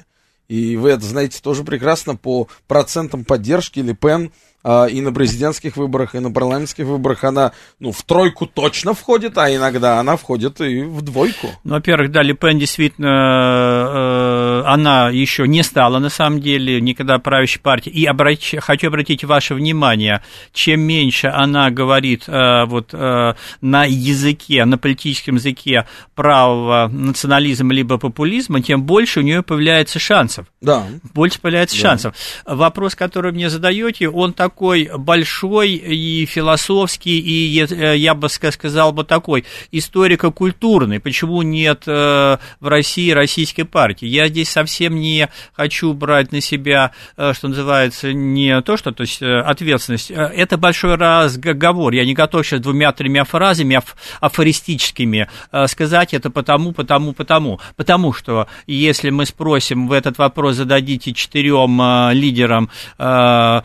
И вы это знаете тоже прекрасно по процентам поддержки Ле Пен а, и на президентских выборах, и на парламентских выборах. Она, ну, в тройку точно входит, а иногда она входит и в двойку. Ну, во-первых, да, Ле Пен действительно, э, она еще не стала, на самом деле, никогда правящей партией. И обращ, хочу обратить ваше внимание, чем меньше она говорит э, вот, э, на языке, на политическом языке правого национализма либо популизма, тем больше у нее появляется шансов. Да. Больше появляется да. шансов. Вопрос, который вы мне задаете, он такой большой и философский, и, я бы сказал бы, такой историко-культурный. Почему нет в России российской партии? Я здесь совсем не хочу брать на себя, что называется, не то, что, то есть ответственность. Это большой разговор. Я не готов сейчас двумя-тремя фразами афористическими сказать это потому, потому, потому. Потому что если мы спросим в этот вопрос, зададите четырем э, лидерам э,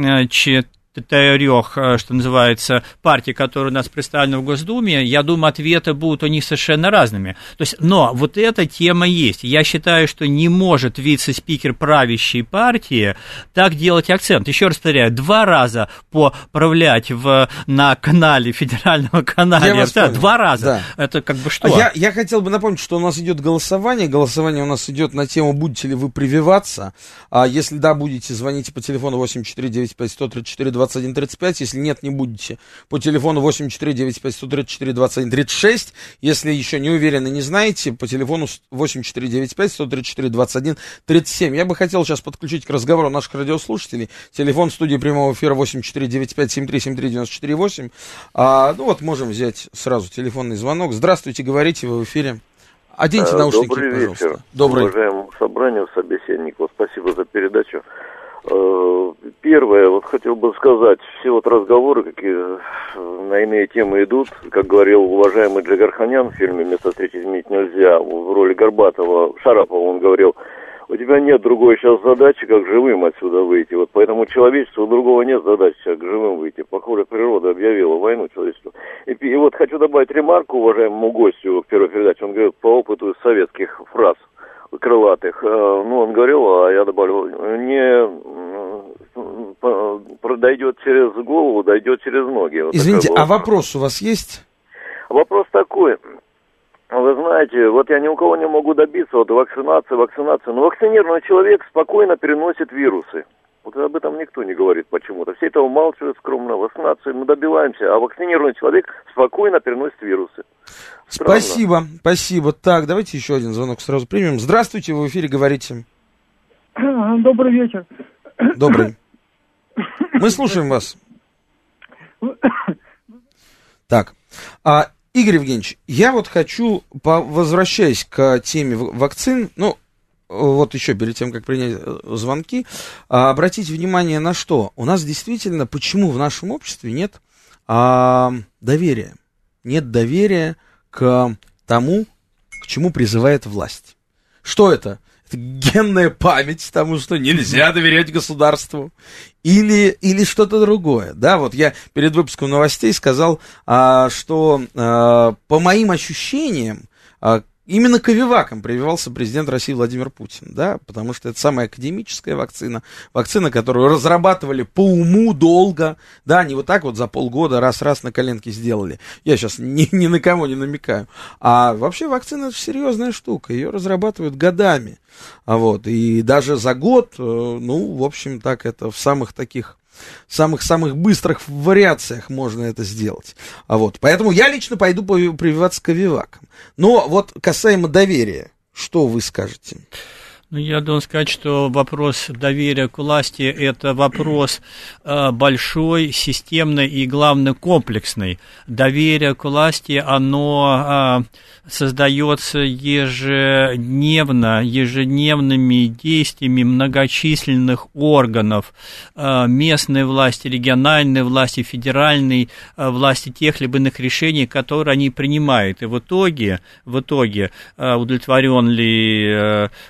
четырех, что называется, партий, которые у нас представлены в Госдуме, я думаю, ответы будут у них совершенно разными. То есть, но вот эта тема есть. Я считаю, что не может вице-спикер правящей партии так делать акцент. Еще раз повторяю, два раза поправлять в, на канале, федерального канале, да, два раза. Да. Это как бы что? Я, я хотел бы напомнить, что у нас идет голосование. Голосование у нас идет на тему, будете ли вы прививаться. А если да, будете, звоните по телефону восемь четыре девять пять сто тридцать четыре двадцать один тридцать пять, если нет, не будете, по телефону восемь четыре девять пять сто тридцать четыре двадцать один тридцать шесть, если еще не уверены, не знаете, по телефону восемь четыре девять пять сто тридцать четыре двадцать один тридцать семь. Я бы хотел сейчас подключить к разговору наших радиослушателей. Телефон студии прямого эфира восемь четыре девять пять семь три семь три девять четыре восемь. А, ну вот, можем взять сразу телефонный звонок. Здравствуйте, говорите, вы в эфире. Оденьте а, наушники, добрый пожалуйста. Вечер. Добрый вечер. Уважаемому собранию, собеседнику, спасибо за передачу. Первое, вот хотел бы сказать, все вот разговоры, какие на иные темы идут, как говорил уважаемый Джигарханян в фильме «Место встречи изменить нельзя», в роли Горбатова, Шарапова, он говорил, у тебя нет другой сейчас задачи, как живым отсюда выйти, вот поэтому человечеству другого нет задачи, как живым выйти. Похоже, природа объявила войну человечеству. И, и вот хочу добавить ремарку уважаемому гостю в первой передаче, он говорит по опыту советских фраз крылатых. Ну, он говорил, а я добавлю, не дойдет через голову, дойдет через ноги. Вот. Извините, а вопрос у вас есть? Вопрос такой. Вы знаете, вот я ни у кого не могу добиться, вот вакцинация, вакцинация, но вакцинированный человек спокойно переносит вирусы. Вот об этом никто не говорит почему-то. Все это умалчивают скромно. Вакцинацию мы добиваемся, а вакцинированный человек спокойно переносит вирусы. Странно. Спасибо, спасибо. Так, давайте еще один звонок сразу примем. Здравствуйте, вы в эфире, говорите. Добрый вечер. Добрый. Мы слушаем вас. Так, а, Игорь Евгеньевич, я вот хочу, по, возвращаясь к теме вакцин, ну, вот еще перед тем, как принять звонки, а, обратить внимание на что? У нас действительно, почему в нашем обществе нет а, доверия? Нет доверия к тому, к чему призывает власть. Что это? Это генная память тому, что нельзя доверять государству, или, или что-то другое, да, вот я перед выпуском новостей сказал, а, что а, по моим ощущениям, а, именно ковиваком прививался президент России Владимир Путин, да, потому что это самая академическая вакцина, вакцина, которую разрабатывали по уму долго, да, не вот так вот за полгода раз-раз на коленке сделали. Я сейчас ни, ни на кого не намекаю. А вообще вакцина это серьезная штука, ее разрабатывают годами, а вот, и даже за год, ну, в общем, так это в самых таких самых-самых быстрых вариациях можно это сделать. А вот, поэтому я лично пойду прививаться ковиваком. Но вот касаемо доверия, что вы скажете? Ну, я должен сказать, что вопрос доверия к власти – это вопрос э, большой, системный и, главное, комплексный. Доверие к власти, оно э, создается ежедневно, ежедневными действиями многочисленных органов э, местной власти, региональной власти, федеральной э, власти, тех либо иных решений, которые они принимают. И в итоге, в итоге э, удовлетворен ли э, гражданин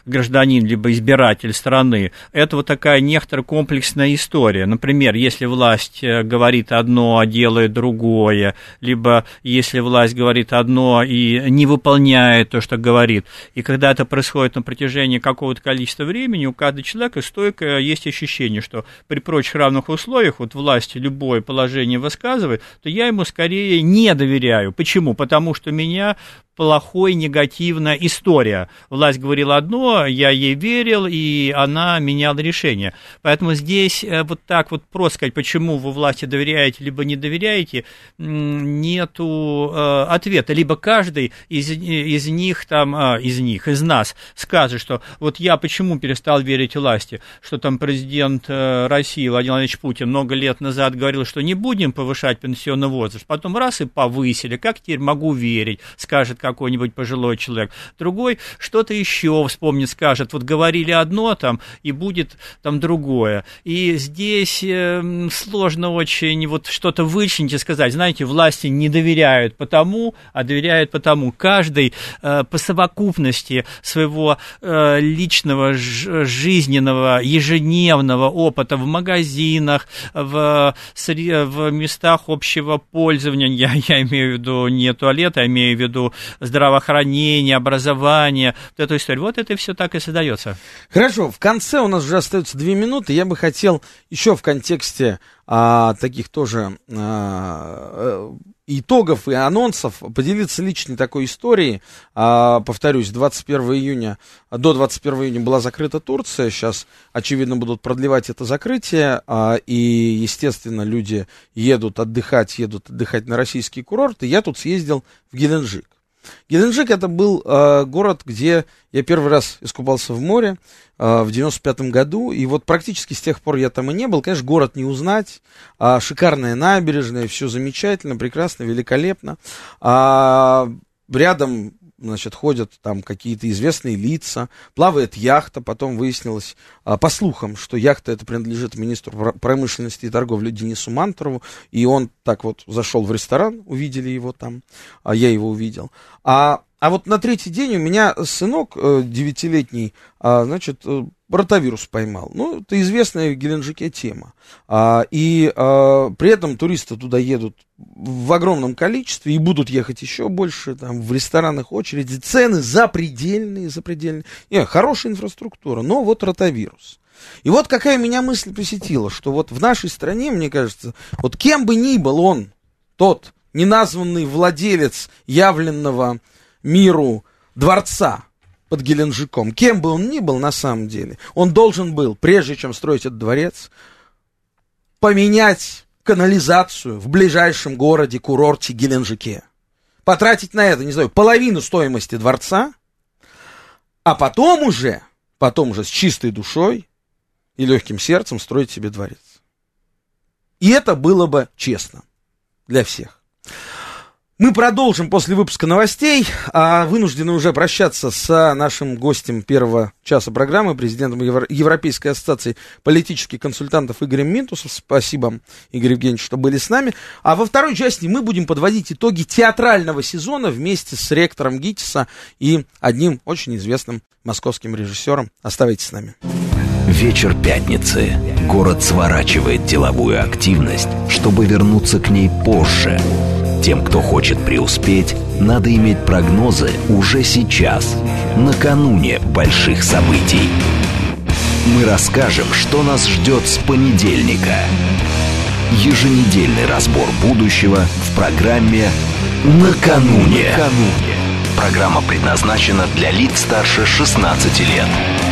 гражданин, либо избиратель страны. Это вот такая некоторая комплексная история. Например, если власть говорит одно, а делает другое, либо если власть говорит одно и не выполняет то, что говорит. И когда это происходит на протяжении какого-то количества времени, у каждого человека стойко есть ощущение, что при прочих равных условиях вот власть любое положение высказывает, то я ему скорее не доверяю. Почему? Потому что меня плохой, негативная история. Власть говорила одно, я ей верил, и она меняла решение. Поэтому здесь вот так вот просто сказать, почему вы власти доверяете, либо не доверяете, нету э, ответа. Либо каждый из, из них, там, э, из них, из нас скажет, что вот я почему перестал верить власти, что там президент э, России Владимир Владимирович Путин много лет назад говорил, что не будем повышать пенсионный возраст, потом раз и повысили, как теперь могу верить, скажет какой-нибудь пожилой человек. Другой что-то еще вспомнит, скажет, вот говорили одно там, и будет там другое. И здесь э, сложно очень вот что-то вычленить и сказать, знаете, власти не доверяют потому, а доверяют потому. Каждый э, по совокупности своего э, личного, ж, жизненного, ежедневного опыта в магазинах, в, в местах общего пользования, я, я имею в виду не туалет, а имею в виду здравоохранение, образование, вот эту историю. Вот это все так и создается. Хорошо, в конце у нас уже остается две минуты. Я бы хотел еще в контексте а, таких тоже а, итогов и анонсов поделиться личной такой историей. А, повторюсь, двадцать первого июня, до двадцать первого июня была закрыта Турция. Сейчас, очевидно, будут продлевать это закрытие. А, и, естественно, люди едут отдыхать, едут отдыхать на российские курорты. Я тут съездил в Геленджик. Геленджик — это был э, город, где я первый раз искупался в море э, в девяносто пятом году, и вот практически с тех пор я там и не был. Конечно, город не узнать, э, шикарная набережная, все замечательно, прекрасно, великолепно. А, рядом, значит, ходят там какие-то известные лица, плавает яхта, потом выяснилось, а, по слухам, что яхта эта принадлежит министру промышленности и торговли Денису Мантурову, и он так вот зашел в ресторан, увидели его там, а я его увидел. А, а вот на третий день у меня сынок девятилетний, а, значит, ротавирус поймал. Ну, это известная в Геленджике тема. А, и а, при этом туристы туда едут в огромном количестве и будут ехать еще больше. Там в ресторанах очереди, цены запредельные, запредельные. Нет, хорошая инфраструктура, но вот ротавирус. И вот какая меня мысль посетила, что вот в нашей стране, мне кажется, вот кем бы ни был он, тот неназванный владелец явленного миру дворца под Геленджиком, кем бы он ни был на самом деле, он должен был, прежде чем строить этот дворец, поменять канализацию в ближайшем городе-курорте Геленджике. Потратить на это, не знаю, половину стоимости дворца, а потом уже, потом уже с чистой душой и легким сердцем строить себе дворец. И это было бы честно для всех. Мы продолжим после выпуска новостей, а вынуждены уже прощаться с нашим гостем первого часа программы, президентом Евро- Европейской ассоциации политических консультантов Игорем Минтусом. Спасибо, Игорь Евгеньевич, что были с нами. А во второй части мы будем подводить итоги театрального сезона вместе с ректором ГИТИСа и одним очень известным московским режиссером. Оставайтесь с нами. Вечер пятницы. Город сворачивает деловую активность, чтобы вернуться к ней позже. Тем, кто хочет преуспеть, надо иметь прогнозы уже сейчас, накануне больших событий. Мы расскажем, что нас ждет с понедельника. Еженедельный разбор будущего в программе «Накануне». Программа предназначена для лиц старше шестнадцати лет.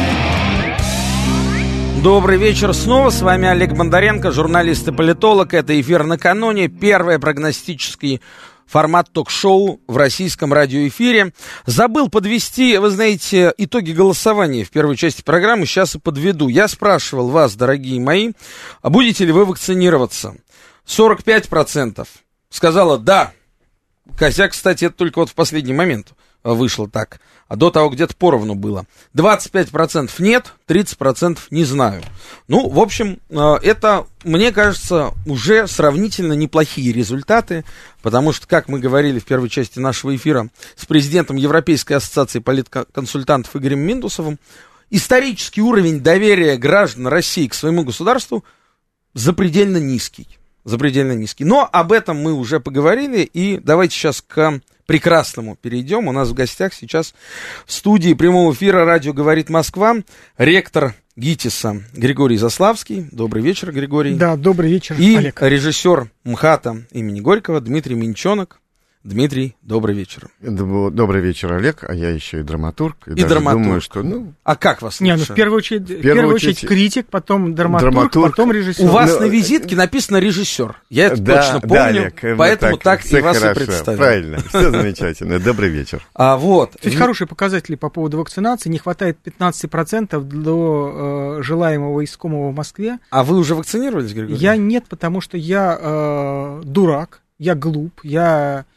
Добрый вечер снова, с вами Олег Бондаренко, журналист и политолог. Это эфир «Накануне», первый прогностический формат ток-шоу в российском радиоэфире. Забыл подвести, вы знаете, итоги голосования в первой части программы, сейчас и подведу. Я спрашивал вас, дорогие мои, а будете ли вы вакцинироваться? сорок пять процентов сказала «да». Хотя, кстати, это только вот в последний момент вышло так. А до того где-то поровну было. двадцать пять процентов нет, тридцать процентов не знаю. Ну, в общем, это, мне кажется, уже сравнительно неплохие результаты, потому что, как мы говорили в первой части нашего эфира с президентом Европейской ассоциации политконсультантов Игорем Минтусовым, исторический уровень доверия граждан России к своему государству запредельно низкий. Запредельно низкий. Но об этом мы уже поговорили, и давайте сейчас к прекрасному перейдем. У нас в гостях сейчас в студии прямого эфира «Радио говорит Москва» ректор ГИТИСа Григорий Заславский. Добрый вечер, Григорий. Да, добрый вечер, и Олег. И режиссер МХАТа имени Горького Дмитрий Минчонок. Дмитрий, добрый вечер. Добрый вечер, Олег, а я еще и драматург. И, и даже драматург. Думаю, что, ну... А как вас Не, лучше? ну в первую очередь, в первую первую очередь, очередь критик, потом драматург, драматург. потом режиссер. У вас ну, на визитке написано режиссер. Я это да, точно помню, да, Олег, поэтому так, так и вас хорошо, и представил. Правильно, все замечательно. Добрый вечер. А, вот. Кстати, хорошие показатели по поводу вакцинации. Не хватает пятнадцать процентов до э, желаемого искомого в Москве. А вы уже вакцинировались, Григорий? Я нет, потому что я э, дурак, я глуп, я...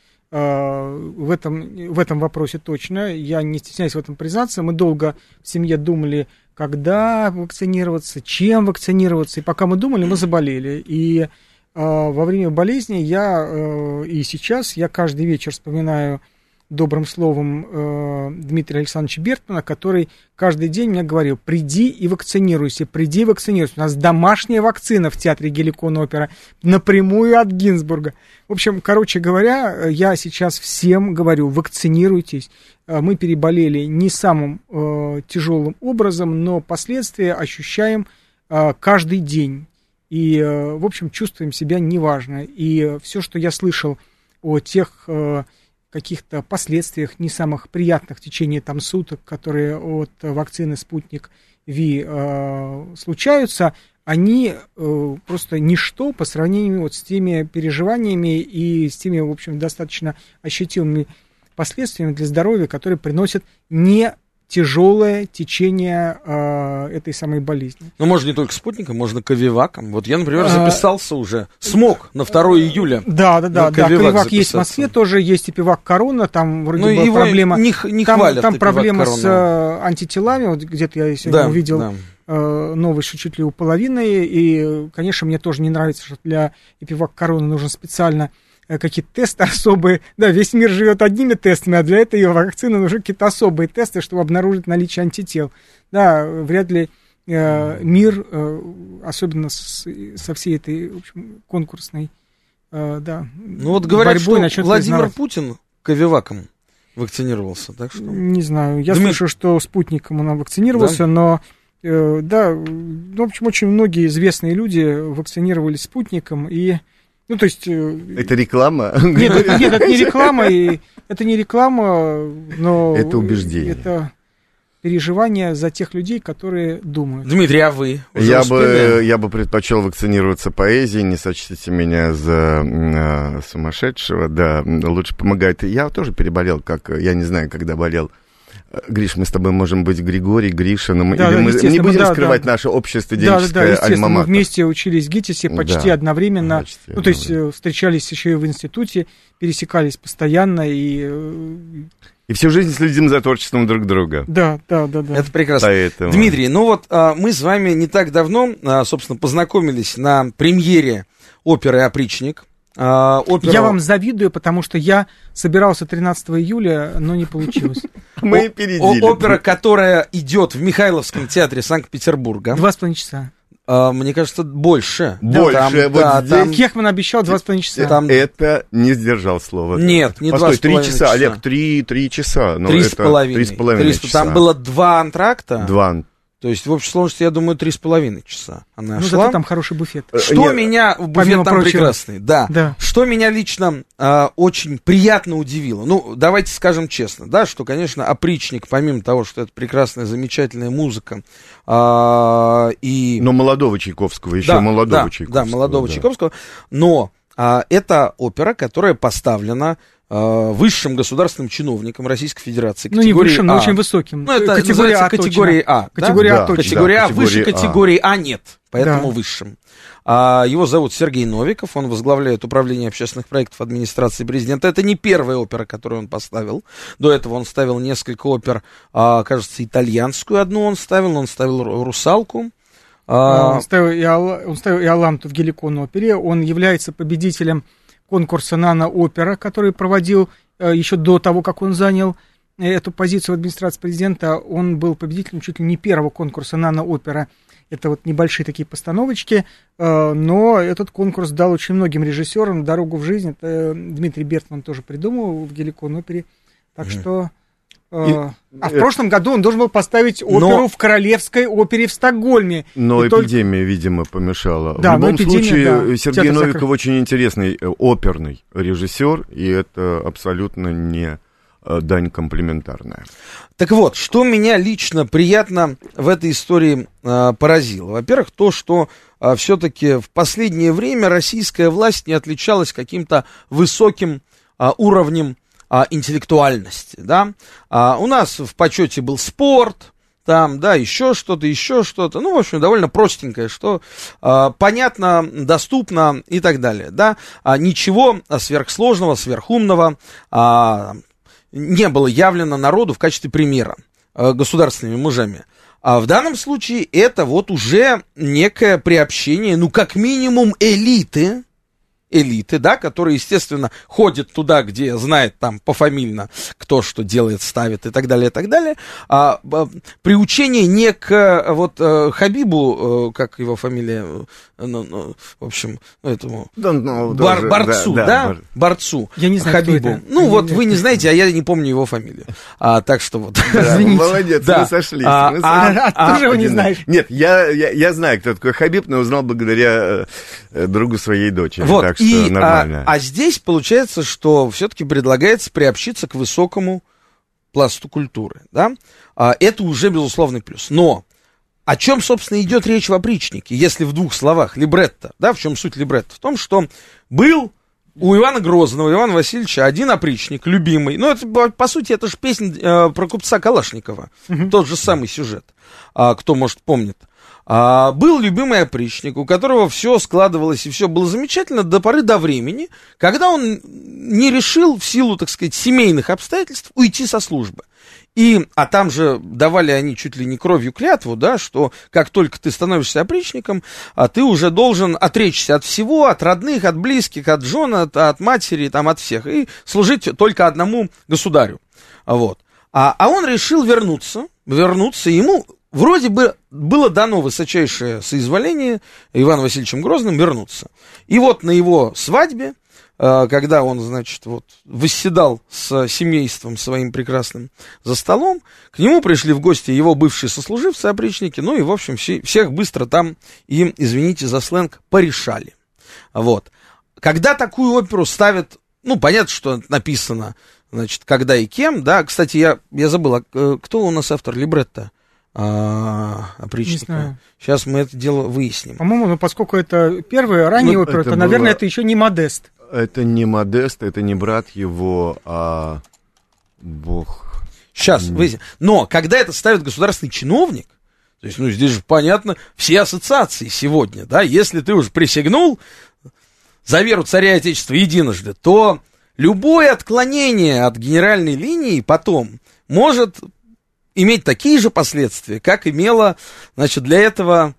В этом, в этом вопросе точно, я не стесняюсь в этом признаться. Мы долго в семье думали, когда вакцинироваться, чем вакцинироваться, и пока мы думали, мы заболели. И э, во время болезни я э, и сейчас я каждый вечер вспоминаю добрым словом э, Дмитрия Александровича Бертмана, который каждый день мне говорил: приди и вакцинируйся, приди и вакцинируйся. У нас домашняя вакцина в театре Геликон-опера напрямую от Гинзбурга. В общем, короче говоря, я сейчас всем говорю: вакцинируйтесь. Мы переболели не самым э, тяжелым образом, но последствия ощущаем э, каждый день. И, э, в общем, чувствуем себя неважно. И все, что я слышал о тех... Э, каких-то последствиях не самых приятных в течение там суток, которые от вакцины «Спутник Ви» э, случаются, они э, просто ничто по сравнению вот с теми переживаниями и с теми, в общем, достаточно ощутимыми последствиями для здоровья, которые приносят не тяжелое течение э, этой самой болезни. Ну, можно не только спутником, можно ковиваком. Вот я, например, записался а... уже. Смог на второе июля. Да, да, да. да. Ковивак есть в Москве, тоже есть Эпивак Корона. Там вроде ну, бы проблема. Не, не там хвалят там проблема Корона. с э, антителами. Вот где-то я сегодня да, увидел да. э, новость, что чуть ли у половины. И, конечно, мне тоже не нравится, что для Эпивак Корона нужно специально какие-то тесты особые. Да, весь мир живет одними тестами, а для этой вакцины нужны какие-то особые тесты, чтобы обнаружить наличие антител. Да, вряд ли э, мир, э, особенно с, со всей этой, в общем, конкурсной, э, да, ну вот говорят, что начнет Владимир признавать. Путин ковиваком вакцинировался, так что... Не знаю, я Дмит... слышу, что спутником он вакцинировался, да? но, э, да, ну, в общем, очень многие известные люди вакцинировались спутником, и ну, то есть... Это реклама? Нет, нет, это не реклама, и, это не реклама, но... Это убеждение. Это переживание за тех людей, которые думают. Дмитрий, а вы уже я успели? бы, я бы предпочел вакцинироваться поэзией, не сочтите меня за э, сумасшедшего, да, лучше помогает. Я тоже переболел, как, я не знаю, когда болел. Гриш, мы с тобой можем быть Григорий, Гриша, но мы, да, или да, мы не будем да, скрывать да. наше общее студенческое да, да, да, естественно, альма-матер. Мы вместе учились в ГИТИСе почти да, одновременно, почти ну, то есть встречались еще и в институте, пересекались постоянно и... И всю жизнь следим за творчеством друг друга. Да, да, да. да. Это прекрасно. Поэтому... Дмитрий, ну вот а, мы с вами не так давно, а, собственно, познакомились на премьере оперы «Опричник». А, опера... Я вам завидую, потому что я собирался тринадцатого июля, но не получилось. Мы опередили. Опера, которая идет в Михайловском театре Санкт-Петербурга. Два с половиной часа. А, мне кажется, больше. Больше. Там, вот да, здесь... там... Кехман обещал два с половиной часа. Там... Это не сдержал слова. Нет, не Постой, два с половиной три часа. часа, Олег, три, три часа. Три с половиной. Три с половиной часа. Там было два антракта. Два. То есть в общей сложности, я думаю, три с половиной часа она ну, шла. зато там хороший буфет. Что Нет, меня... Буфет там прочего. прекрасный, да. да. Что меня лично э, очень приятно удивило. Ну, давайте скажем честно, да, что, конечно, «Опричник», помимо того, что это прекрасная, замечательная музыка, э, и... Но молодого Чайковского, еще да, молодого да, Чайковского. Да, молодого да. Чайковского. Но э, это опера, которая поставлена высшим государственным чиновником Российской Федерации. Ну, не высшим, но очень высоким. Ну, это категория А. категория А. Категория да? А, точно. Категория да, А, выше категория категории А нет, поэтому да. высшим. А, его зовут Сергей Новиков, он возглавляет управление общественных проектов администрации президента. Это не первая опера, которую он поставил. До этого он ставил несколько опер, а, кажется, итальянскую одну он ставил, он ставил «Русалку». А... Он ставил и, Ал... он ставил и Аланту в Геликон-опере. Он является победителем конкурса «Нано-опера», который проводил еще до того, как он занял эту позицию в администрации президента. Он был победителем чуть ли не первого конкурса «Нано-опера». Это вот небольшие такие постановочки, но этот конкурс дал очень многим режиссерам дорогу в жизнь. Это Дмитрий Бертман тоже придумал в Геликон-опере. Так mm. что... И, а в это... прошлом году он должен был поставить оперу но... в Королевской опере в Стокгольме. Но и эпидемия, только... видимо, помешала. Да, в любом эпидемия, случае, да. Сергей Театр Новиков закрыт. очень интересный оперный режиссер, и это абсолютно не дань комплиментарная. Так вот, что меня лично приятно в этой истории э, поразило. Во-первых, то, что э, все-таки в последнее время российская власть не отличалась каким-то высоким э, уровнем э, интеллектуальности. Да? А у нас в почете был спорт, там, да, еще что-то, еще что-то. Ну, в общем, довольно простенькое, что э, понятно, доступно и так далее. Да? А ничего сверхсложного, сверхумного, э, не было явлено народу в качестве примера э, государственными мужами. А в данном случае это вот уже некое приобщение, ну, как минимум, элиты, элиты, да, которые, естественно, ходят туда, где знает там пофамильно, кто что делает, ставит и так далее, и так далее. А, а, приучение не к вот Хабибу, как его фамилия, ну, ну, в общем, этому no, бар, тоже, борцу, да, да, да, бар... борцу, я не знаю, Хабибу. Ну, я вот не... вы не знаете, а я не помню его фамилию. А, так что вот. Да, молодец, да. мы сошлись. А, мы а, сошлись. а, а ты же его не знаешь. Нет, я, я, я знаю, кто такой Хабиб, но узнал благодаря э, другу своей дочери. Вот, так что и, нормально. А, а здесь получается, что все-таки предлагается приобщиться к высокому пласту культуры. Да? А, это уже безусловный плюс. Но о чем, собственно, идет речь в «Опричнике», если в двух словах, либретто, да, в чем суть либретто? В том, что был у Ивана Грозного, Ивана Васильевича, один опричник, любимый. Ну, это, по сути, это же песня э, про купца Калашникова, mm-hmm. тот же самый сюжет, а, кто, может, помнит. А, был любимый опричник, у которого все складывалось и все было замечательно до поры до времени, когда он не решил в силу, так сказать, семейных обстоятельств уйти со службы. И, а там же давали они чуть ли не кровью клятву, да, что как только ты становишься опричником, а ты уже должен отречься от всего, от родных, от близких, от жен, от, от матери, там, от всех, и служить только одному государю. Вот. А, а он решил вернуться, вернуться, ему вроде бы было дано высочайшее соизволение Иваном Васильевичем Грозным вернуться. И вот на его свадьбе, когда он, значит, вот, восседал с семейством своим прекрасным за столом, к нему пришли в гости его бывшие сослуживцы, опричники, ну и, в общем, все, всех быстро там им, извините за сленг, порешали. Вот. Когда такую оперу ставят, ну, понятно, что написано, значит, когда и кем, да, кстати, я, я забыл, а кто у нас автор либретто? А, опричника. Сейчас мы это дело выясним. По-моему, ну, поскольку это первая ранняя ну, опера, то, было... наверное, это еще не Модест. Это не Модест, это не брат его, а бог. Сейчас, выясним. Но когда это ставит государственный чиновник, то есть, ну, здесь же понятно, все ассоциации сегодня, да, если ты уже присягнул за веру царя и отечества единожды, то любое отклонение от генеральной линии потом может иметь такие же последствия, как имело, значит, для этого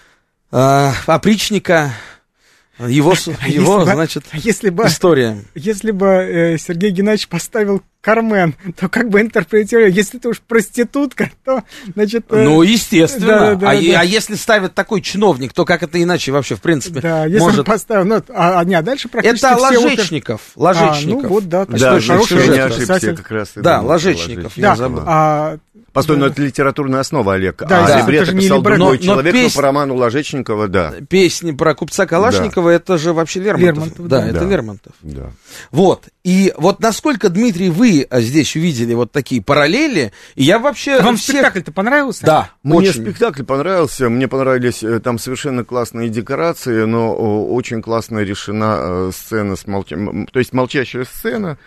э, опричника его, а его если значит, бы, если бы, история. Если бы э, Сергей Геннадьевич поставил Кармен, то как бы интерпретировали, если ты уж проститутка, то, значит... Э, ну, естественно. Да, да, а, да. а если ставит такой чиновник, то как это иначе вообще, в принципе, да, если может... он поставил, ну, а, а, не, а дальше практически это все Ложечников, опер... Ложечников. А, ну, вот, да. Да, хороший не сюжет, ошибся, как раз. Да, Ложечников, я да, забыл. А... Постой, но это литературная основа, Олег. Да, а да, либретто это писал либретто. другой но, человек, но, но песня... по роману Ложечникова, да. Песни про купца Калашникова, да. Это же вообще Лермонтов. Лермонтов да, да, это да. Лермонтов. Да. Вот. И вот насколько, Дмитрий, вы здесь увидели вот такие параллели, и я вообще... А вам всех... спектакль-то понравился? Да, Мне очень. спектакль понравился, мне понравились там совершенно классные декорации, но очень классно решена сцена с молчанием, то есть молчащая сцена.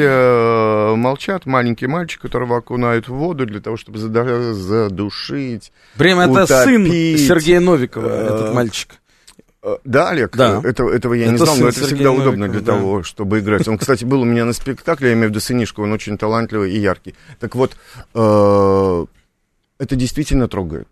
Все молчат, маленький мальчик, которого окунают в воду для того, чтобы задушить, Прямо это утопить. Сын Сергея Новикова, этот мальчик. Да, Олег, да. Это, этого я это не знал, но это Сергея всегда Новикова, удобно для да. того, чтобы играть. Он, кстати, был у меня на спектакле, я имею в виду сынишку, он очень талантливый и яркий. Так вот, э, это действительно трогает.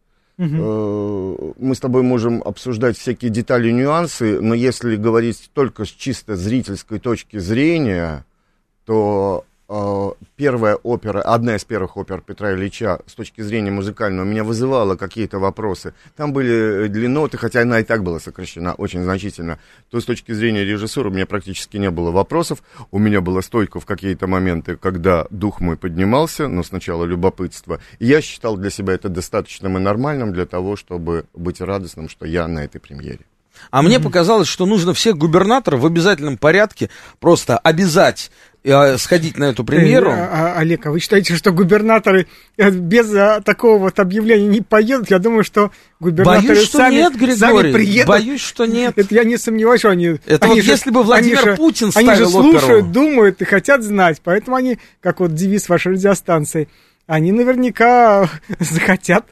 Uh-huh. Мы с тобой можем обсуждать всякие детали и нюансы, но если говорить только с чисто зрительской точки зрения, то первая опера, одна из первых опер Петра Ильича с точки зрения музыкального меня вызывала какие-то вопросы. Там были длинноты, хотя она и так была сокращена очень значительно. То с точки зрения режиссуры у меня практически не было вопросов. У меня было стойко в какие-то моменты, когда дух мой поднимался, но сначала любопытство. И я считал для себя это достаточным и нормальным для того, чтобы быть радостным, что я на этой премьере. А мне показалось, что нужно всех губернаторов в обязательном порядке просто обязать э, сходить на эту премьеру. Э, а, Олег, а вы считаете, что губернаторы без а, такого вот объявления не поедут? Я думаю, что губернаторы Боюсь, что сами, нет, Григорий, сами приедут. Боюсь, что нет. Это я не сомневаюсь, что они... Это они вот же, если бы Владимир они Путин же, ставил Они же слушают, оперу. думают и хотят знать. Поэтому они, как вот девиз вашей радиостанции, они наверняка захотят.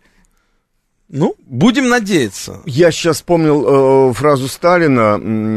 Ну, будем надеяться. Я сейчас вспомнил э, фразу Сталина,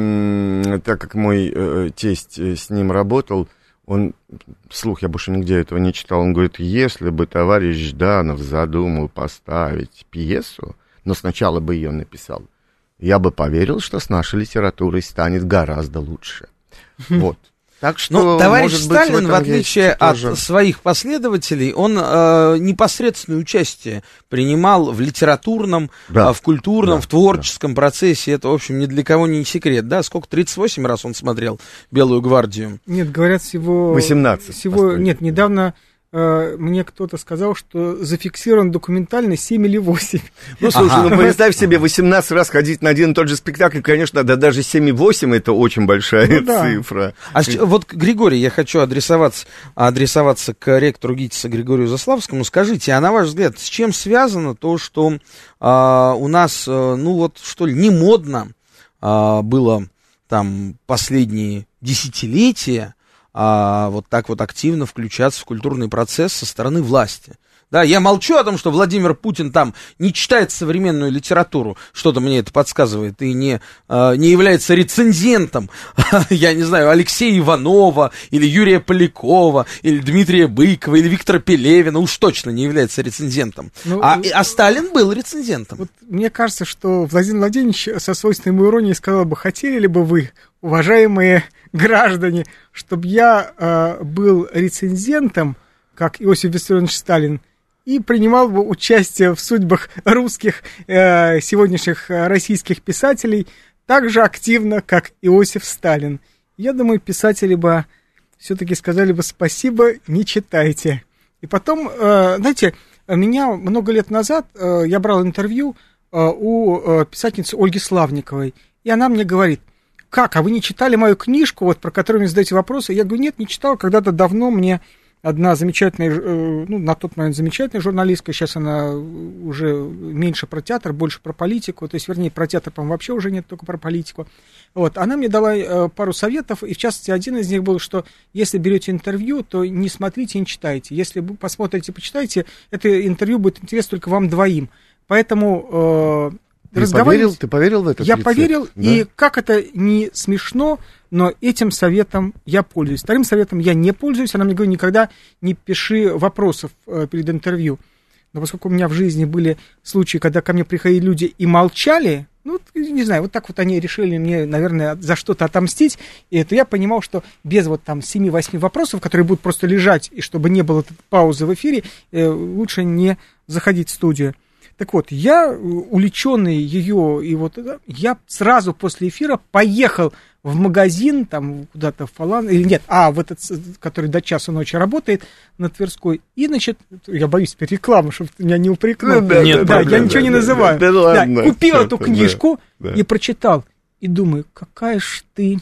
м- так как мой э, тесть с ним работал, он, вслух я больше нигде этого не читал, он говорит, если бы товарищ Жданов задумал поставить пьесу, но сначала бы ее написал, я бы поверил, что с нашей литературой станет гораздо лучше. Вот. Так что, ну, товарищ может Сталин, быть, в, в отличие от тоже... своих последователей, он э, непосредственное участие принимал в литературном, да. э, в культурном, да. в творческом да. процессе. Это, в общем, ни для кого не секрет. Да? Сколько? тридцать восемь раз он смотрел «Белую гвардию». Нет, говорят, всего... восемнадцать. Всего... Нет, недавно... Мне кто-то сказал, что зафиксирован документально семь или восемь. Ну, слушай, ага. ну представь себе восемнадцать раз ходить на один и тот же спектакль, конечно, да даже семь и восемь это очень большая ну, да. цифра. А вот, Григорий, я хочу адресоваться, адресоваться к ректору ГИТИСа Григорию Заславскому. Скажите, а на ваш взгляд, с чем связано то, что а, у нас, ну вот, что ли, не модно а, было там последние десятилетия, а вот так вот активно включаться в культурный процесс со стороны власти. Да, я молчу о том, что Владимир Путин там не читает современную литературу, что-то мне это подсказывает, и не, э, не является рецензентом, я не знаю, Алексея Иванова, или Юрия Полякова, или Дмитрия Быкова, или Виктора Пелевина, уж точно не является рецензентом. Ну, а, а Сталин был рецензентом. Вот мне кажется, что Владимир Владимирович со свойственной ему иронией сказал бы, хотели ли бы вы, уважаемые граждане, чтобы я э, был рецензентом, как Иосиф Виссарионович Сталин, и принимал бы участие в судьбах русских, э, сегодняшних российских писателей так же активно, как Иосиф Сталин. Я думаю, писатели бы все-таки сказали бы спасибо, не читайте. И потом, э, знаете, меня много лет назад, э, я брал интервью э, у э, писательницы Ольги Славниковой, и она мне говорит, как, а вы не читали мою книжку, вот, про которую мне задаете вопросы? Я говорю, нет, не читал, когда-то давно мне одна замечательная, ну, на тот момент замечательная журналистка, сейчас она уже меньше про театр, больше про политику, то есть, вернее, про театр, по-моему, вообще уже нет, только про политику. Вот, она мне дала пару советов, и, в частности, один из них был, что если берете интервью, то не смотрите и не читайте. Если посмотрите, почитайте, это интервью будет интересно только вам двоим. Поэтому... Ты поверил, ты поверил в это? Я поверил, да? И как это не смешно, но этим советом я пользуюсь. Вторым советом я не пользуюсь. Она мне говорит, никогда не пиши вопросов э, перед интервью. Но поскольку у меня в жизни были случаи, когда ко мне приходили люди и молчали, ну, не знаю, вот так вот они решили мне, наверное, за что-то отомстить, и это я понимал, что без вот там семи-восьми вопросов, которые будут просто лежать, и чтобы не было паузы в эфире, э, лучше не заходить в студию. Так вот, я, увлеченный ее, и вот я сразу после эфира поехал в магазин, там куда-то в Фалан, или нет, а в этот, который до часу ночи работает на Тверской, и, значит, я боюсь теперь рекламы, чтобы меня не упрекнул. Да, нет, да, да, я да, ничего да, не да, называю. Да, да, да, купил эту книжку да, и прочитал, и думаю, какая ж ты,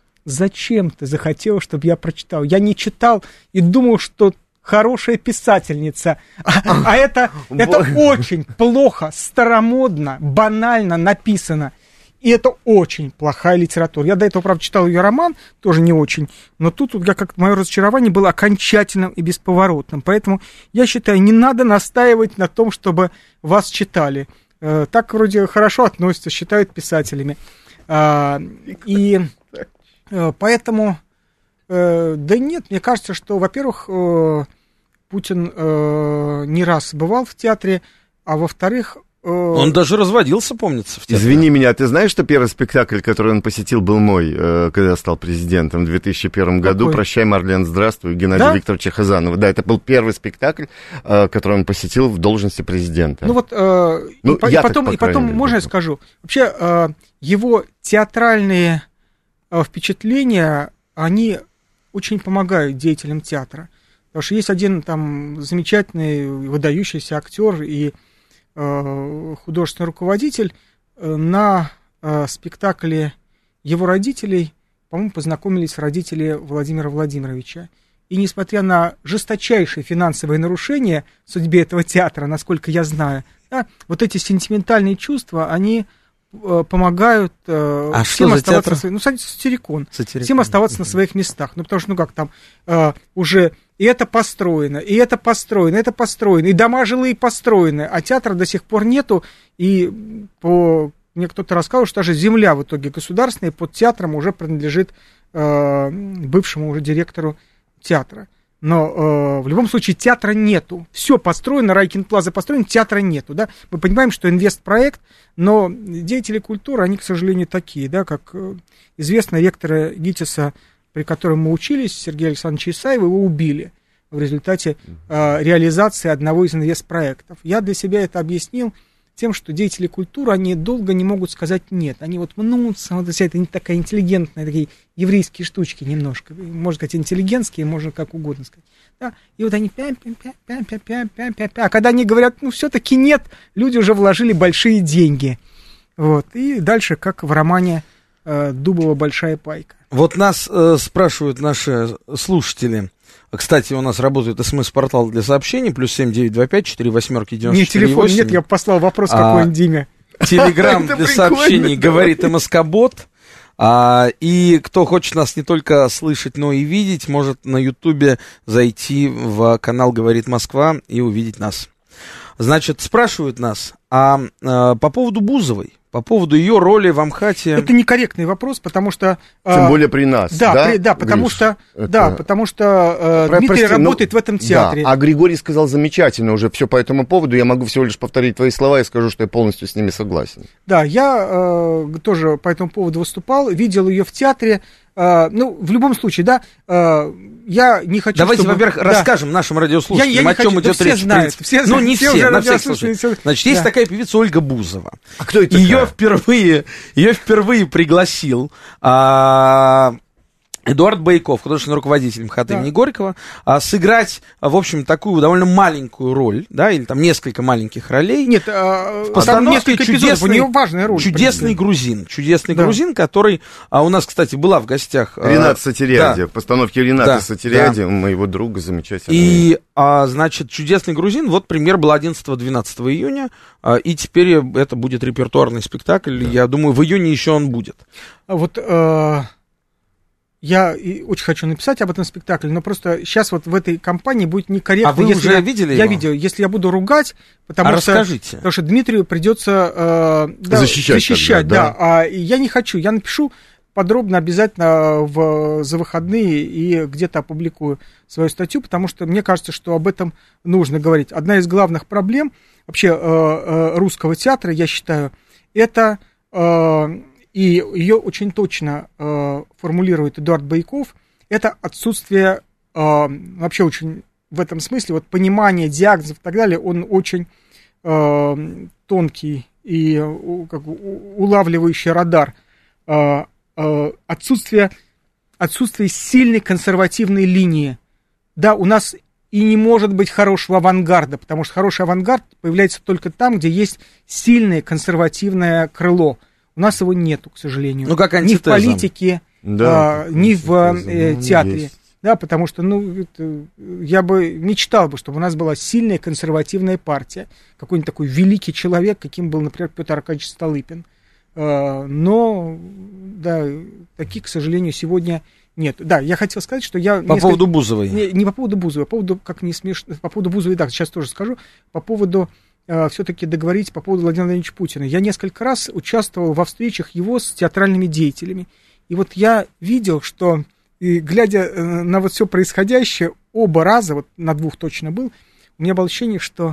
зачем ты захотела, чтобы я прочитал? Я не читал и думал, что хорошая писательница. А, а это, это очень плохо, старомодно, банально написано. И это очень плохая литература. Я до этого, правда, читал ее роман, тоже не очень. Но тут вот, как мое разочарование было окончательным и бесповоротным. Поэтому я считаю, не надо настаивать на том, чтобы вас читали. Так вроде хорошо относятся, считают писателями. И поэтому... Да нет, мне кажется, что, во-первых, Путин не раз бывал в театре, а во-вторых, Он даже разводился, помнится, в театре. Извини меня, ты знаешь, что первый спектакль, который он посетил, был мой, когда я стал президентом в две тысячи первом году? Какой? «Прощай, Марлен, здравствуй», Геннадия Да? Викторовича Хазанова. Да, это был первый спектакль, который он посетил в должности президента. Ну вот, э, Ну, и, по- и я так, потом, по и потом крайней мере, можно я думаю. скажу? Вообще, э, его театральные э, впечатления, они очень помогают деятелям театра. Потому что есть один там замечательный, выдающийся актер и э, художественный руководитель. Э, на э, спектакле его родителей, по-моему, познакомились родители Владимира Владимировича. И несмотря на жесточайшие финансовые нарушения в судьбе этого театра, насколько я знаю, да, вот эти сентиментальные чувства, они э, помогают э, А всем что за оставаться театр? на своих... Ну, сатирикон. Сатирикон. Всем оставаться на своих местах. Ну, потому что, ну как там, э, уже и это построено, и это построено, и это построено, и дома жилые построены, а театра до сих пор нету, и по... Мне кто-то рассказал, что даже земля в итоге государственная под театром уже принадлежит э, бывшему уже директору театра. Но э, в любом случае театра нету. Все построено, Райкин Плаза построен, театра нету. Да? Мы понимаем, что инвестпроект, но деятели культуры, они, к сожалению, такие, да, как э, известно, ректора ГИТИСа, при котором мы учились, Сергея Александровича Исаева, его убили в результате э, реализации одного из инвестпроектов. Я для себя это объяснил тем, что деятели культуры, они долго не могут сказать «нет». Они вот мнутся, вот вся эта такая интеллигентная, такие еврейские штучки немножко. Можно сказать, интеллигентские, можно как угодно сказать. Да? И вот они пя-пя-пя-пя-пя-пя-пя-пя. А когда они говорят, ну, все-таки нет, люди уже вложили большие деньги. Вот. И дальше, как в романе э, Дубова «Большая пайка». Вот нас э, спрашивают наши слушатели. Кстати, у нас работает смс-портал для сообщений, плюс семь девять два пять четыре восьмерки девяносто четыре Нет, телефон восемь. нет, я послал вопрос А, какой-нибудь Диме. Телеграм Это для прикольно, сообщений да. говорит МСК-бот. А, и кто хочет нас не только слышать, но и видеть, может на Ютубе зайти в канал «Говорит Москва» и увидеть нас. Значит, спрашивают нас а, а, по поводу Бузовой, по поводу ее роли в Амхате. Это некорректный вопрос, потому что... Тем э, более при нас, Да, да, при- да, потому Гриш? что, Это- да, потому что э, Про- Дмитрий прости, ну, работает в этом театре. Да, а Григорий сказал замечательно уже все по этому поводу. Я могу всего лишь повторить твои слова и скажу, что я полностью с ними согласен. Да, я э, тоже по этому поводу выступал, видел ее в театре. Э, ну, в любом случае, да, э, я не хочу, Давайте, чтобы... во-первых, да. расскажем нашим радиослушателям, Я- я не о чем хочу, да идет все речь. в знают, принципе. все ну, знают, не все все, уже на всякий радиослушатели, случай. все- Значит, есть да. такая певица Ольга Бузова. А кто это Ее такая? впервые, ее впервые пригласил а, Эдуард Байков, художественный руководитель МХАТ Да. имени Горького, а, сыграть, в общем, такую довольно маленькую роль, да, или там несколько маленьких ролей. Нет, э, там Постановке несколько эпизодов, у нее важная роль. чудесный в принципе. грузин, чудесный Да. грузин, который а, у нас, кстати, была в гостях. а, Ренат Сатириади. да. В постановке Рената Да, Сатириади, да. моего друга замечательного. И, а, значит, чудесный грузин, вот премьер был одиннадцатого-двенадцатого июня, а, и теперь это будет репертуарный спектакль, я думаю, в июне еще он будет. А Вот э, я и очень хочу написать об этом спектакле, но просто сейчас вот в этой кампании будет некорректно. А вы если уже я, видели Я его? видел. Если я буду ругать, потому А что... расскажите. Потому что Дмитрию придется э, да, Защищать защищать тогда, да. А я не хочу. Я напишу подробно обязательно в, за выходные и где-то опубликую свою статью, потому что мне кажется, что об этом нужно говорить. Одна из главных проблем вообще э, э, русского театра, я считаю, это... Э, и ее очень точно э, формулирует Эдуард Байков, это отсутствие, э, вообще очень в этом смысле, вот понимание диагнозов и так далее, он очень э, тонкий и у, как, у, улавливающий радар, э, э, отсутствие, отсутствие сильной консервативной линии. Да, у нас и не может быть хорошего авангарда, потому что хороший авангард появляется только там, где есть сильное консервативное крыло. У нас его нету, к сожалению. Ну, как ни в антитеза. политике, Да, а, ни в э, ну, театре. есть. Да, потому что, ну, это, я бы мечтал бы, чтобы у нас была сильная консервативная партия. Какой-нибудь такой великий человек, каким был, например, Петр Аркадьевич Столыпин. А, но, да, таких, к сожалению, сегодня нет. Да, я хотел сказать, что я... По несколько... поводу Бузовой. Не, не по поводу Бузовой, а по поводу, как не смешно, по поводу Бузовой, да, сейчас тоже скажу, по поводу... все-таки договорить по поводу Владимира Владимировича Путина. Я несколько раз участвовал во встречах его с театральными деятелями. И вот я видел, что, и глядя на вот все происходящее, оба раза, вот на двух точно был, у меня было ощущение, что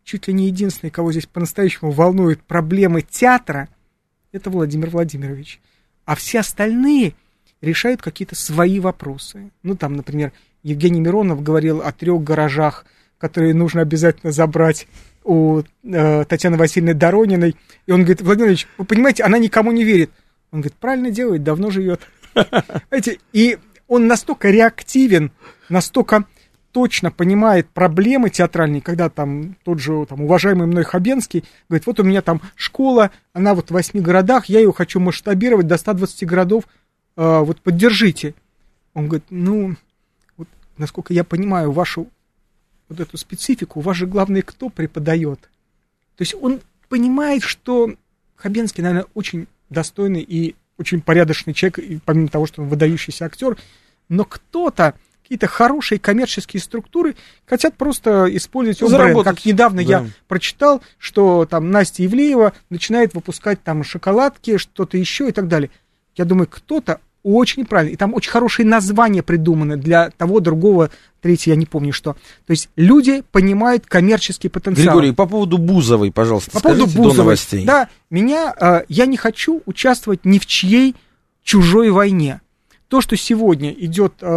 чуть ли не единственный, кого здесь по-настоящему волнуют проблемы театра, это Владимир Владимирович. А все остальные решают какие-то свои вопросы. Ну, там, например, Евгений Миронов говорил о трех гаражах, которые нужно обязательно забрать у э, Татьяны Васильевны Дорониной. И он говорит: Владимир Владимирович, вы понимаете, она никому не верит. Он говорит: правильно делает, давно живет. Знаете, и он настолько реактивен, настолько точно понимает проблемы театральные, когда там тот же там, уважаемый мной Хабенский говорит: вот у меня там школа, она вот в восьми городах, я ее хочу масштабировать до ста двадцати городов, э, вот поддержите. Он говорит: ну, вот, насколько я понимаю вашу вот эту специфику, у вас же главное кто преподает. То есть он понимает, что Хабенский, наверное, очень достойный и очень порядочный человек, и помимо того, что он выдающийся актер, но кто-то, какие-то хорошие коммерческие структуры хотят просто использовать его бренд. Как недавно да. я прочитал, что там Настя Ивлеева начинает выпускать там шоколадки, что-то еще и так далее. Я думаю, кто-то очень правильно. И там очень хорошие названия придуманы для того, другого, третьего, я не помню что. То есть люди понимают коммерческий потенциал. Григорий, по поводу Бузовой, пожалуйста, по поводу Бузовой, до новостей. Да, меня, э, я не хочу участвовать ни в чьей чужой войне. То, что сегодня идет э,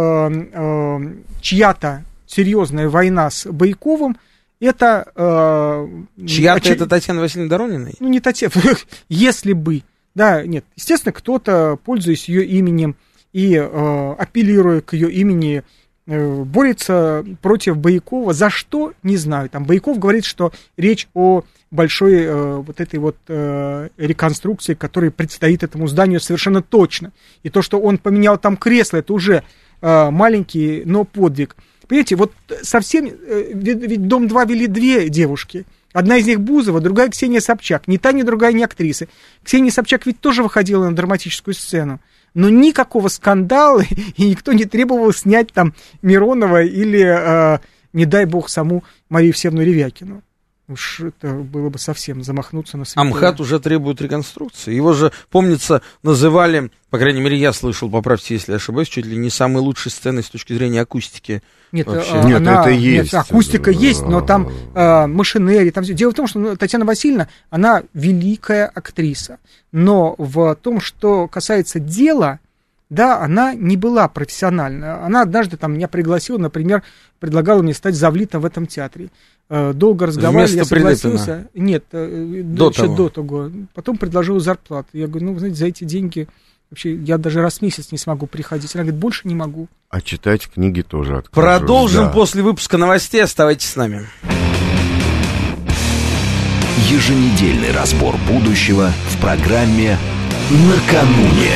э, чья-то серьезная война с Бояковым, это... Э, чья-то оч... это Татьяна Васильевна Дорониной? Ну, не Татьяна, если бы. Да, нет, естественно, кто-то, пользуясь ее именем и э, апеллируя к ее имени, э, борется против Боякова. За что? Не знаю. Там Бояков говорит, что речь о большой э, вот этой вот э, реконструкции, которая предстоит этому зданию совершенно точно. И то, что он поменял там кресло, это уже э, маленький, но подвиг. Понимаете, вот совсем... Э, ведь, ведь Дом-два вели две девушки. Одна из них Бузова, другая Ксения Собчак. Ни та, ни другая не актрисы. Ксения Собчак ведь тоже выходила на драматическую сцену. Но никакого скандала, и никто не требовал снять там Миронова или, э, не дай бог, саму Марию Евсеевну Ревякину. Уж это было бы совсем замахнуться на святое. А МХАТ уже требует реконструкции. Его же, помнится, называли, по крайней мере, я слышал, поправьте, если ошибаюсь, чуть ли не самой лучшей сценой с точки зрения акустики. Нет, вообще. Нет, она, это есть. Нет, акустика есть, но там э, машинерия. Там... Дело в том, что Татьяна Васильевна, она великая актриса. Но в том, что касается дела, да, она не была профессиональна. Она однажды там меня пригласила, например, предлагала мне стать завлитом в этом театре. Долго разговаривали, я согласился. Прилепина. Нет, до еще того. до того. Потом предложила зарплату. Я говорю, ну, вы знаете, за эти деньги вообще я даже раз в месяц не смогу приходить. Она говорит, больше не могу. А читать книги тоже откажусь. Продолжим да. после выпуска новостей. Оставайтесь с нами. Еженедельный разбор будущего в программе «Накануне».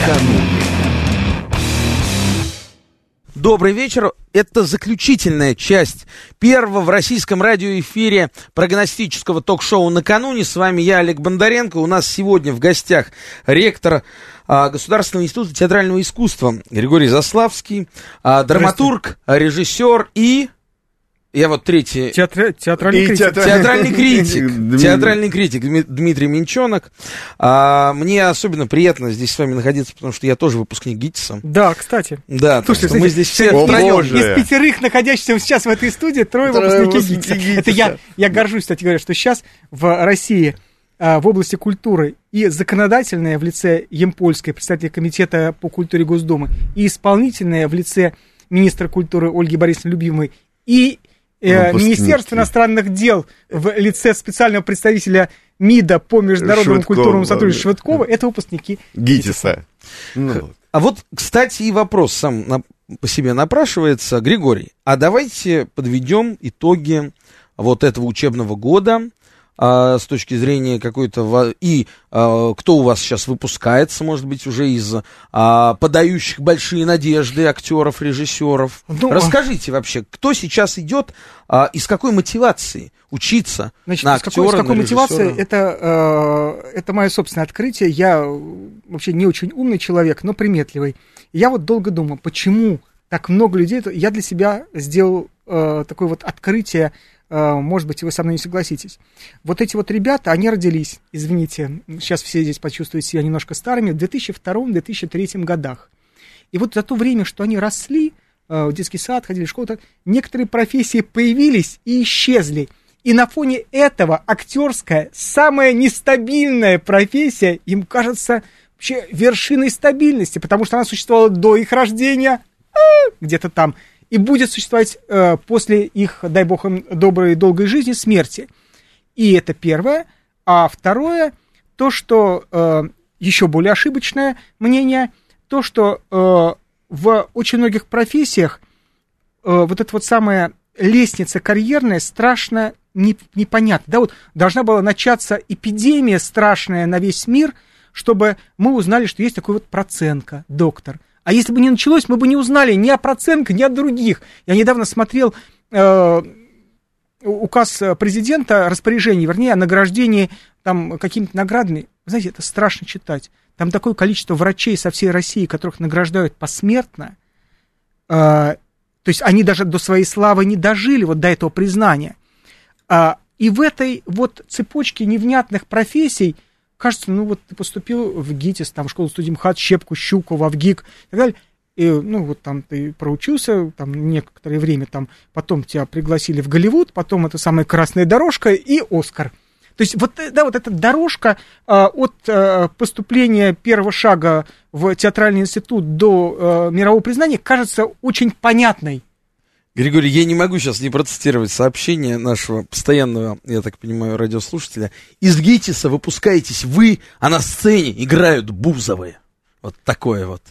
Добрый вечер. Это заключительная часть первого в российском радиоэфире прогностического ток-шоу «Накануне». С вами я, Олег Бондаренко. У нас сегодня в гостях ректор а, Государственного института театрального искусства Григорий Заславский, а, драматург, режиссер и... Я вот третий... Театр... Театральный критик. Театр... Театральный критик. Театральный критик Дмитрий Минчонок. А, мне особенно приятно здесь с вами находиться, потому что я тоже выпускник ГИТИСа. Да, кстати. Да, слушай, мы здесь все втроем. Из пятерых, находящихся сейчас в этой студии, трое выпускники ГИТИСа. Это я, я горжусь, кстати говоря, что сейчас в России в области культуры и законодательное в лице Емпольской, представителя комитета по культуре Госдумы, и исполнительное в лице министра культуры Ольги Борисовны Любимой, и Министерство иностранных дел в лице специального представителя МИДа по международному Швыдкова, культурному сотрудничеству Швыдкова, это выпускники ГИТИСа. Ну. А вот, кстати, и вопрос сам на, по себе напрашивается. Григорий, а давайте подведем итоги вот этого учебного года а, с точки зрения какой-то... И а, кто у вас сейчас выпускается, может быть, уже из а, подающих большие надежды актеров, режиссеров? Ну, Расскажите вообще, кто сейчас идет а, и с какой мотивацией учиться Значит, на актера, с какой, с какой на мотивацией? Это, э, это мое собственное открытие. Я вообще не очень умный человек, но приметливый. Я вот долго думал, почему так много людей... Я для себя сделал э, такое вот открытие. Может быть, вы со мной не согласитесь. Вот эти вот ребята, они родились, извините, сейчас все здесь почувствуют себя немножко старыми, в две тысячи втором - две тысячи третьем годах. И вот за то время, что они росли, в детский сад, ходили в школу, так, некоторые профессии появились и исчезли. И на фоне этого актерская, самая нестабильная профессия, им кажется вообще вершиной стабильности, потому что она существовала до их рождения, где-то там, и будет существовать э, после их, дай бог им, доброй и долгой жизни, смерти. И это первое. А второе, то, что э, еще более ошибочное мнение, то, что э, в очень многих профессиях э, вот эта вот самая лестница карьерная страшно не, непонятна. Да, вот должна была начаться эпидемия страшная на весь мир, чтобы мы узнали, что есть такой вот Проценко, доктор. А если бы не началось, мы бы не узнали ни о Проценко, ни о других. Я недавно смотрел э, указ президента, распоряжение, вернее, о награждении там какими-то наградами. Вы знаете, это страшно читать. Там такое количество врачей со всей России, которых награждают посмертно. Э, то есть они даже до своей славы не дожили, вот до этого признания. Э, и в этой вот цепочке невнятных профессий кажется, ну вот ты поступил в ГИТИС, там, в школу студии МХАТ, Щепку, Щукова, в ГИК и так далее, и, ну вот там ты проучился, там некоторое время, там, потом тебя пригласили в Голливуд, потом это самая красная дорожка и Оскар. То есть вот, да, вот эта дорожка а, от а, поступления первого шага в театральный институт до а, мирового признания кажется очень понятной. Григорий, я не могу сейчас не процитировать сообщение нашего постоянного, я так понимаю, радиослушателя. Из ГИТИСа выпускаетесь вы, а на сцене играют Бузовы. Вот такое вот.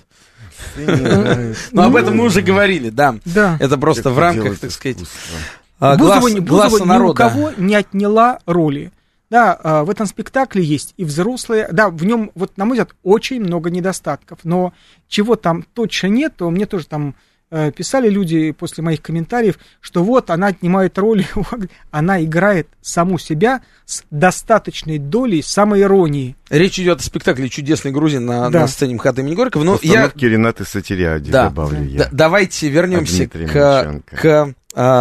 Ну, об этом мы уже говорили, да. Это просто в рамках, так сказать, Бузова ни у кого не отняла роли. Да, в этом спектакле есть и взрослые, да, в нем, вот, на мой взгляд, очень много недостатков, но чего там точно нет, то мне тоже там писали люди после моих комментариев, что вот она отнимает роли, она играет саму себя с достаточной долей самоиронии. Речь идет о спектакле «Чудесный грузин» на, да. на сцене МХАТ имени Горького. Но я... Ренаты Сатириади, да. добавлю да. я. Да, давайте вернемся к, к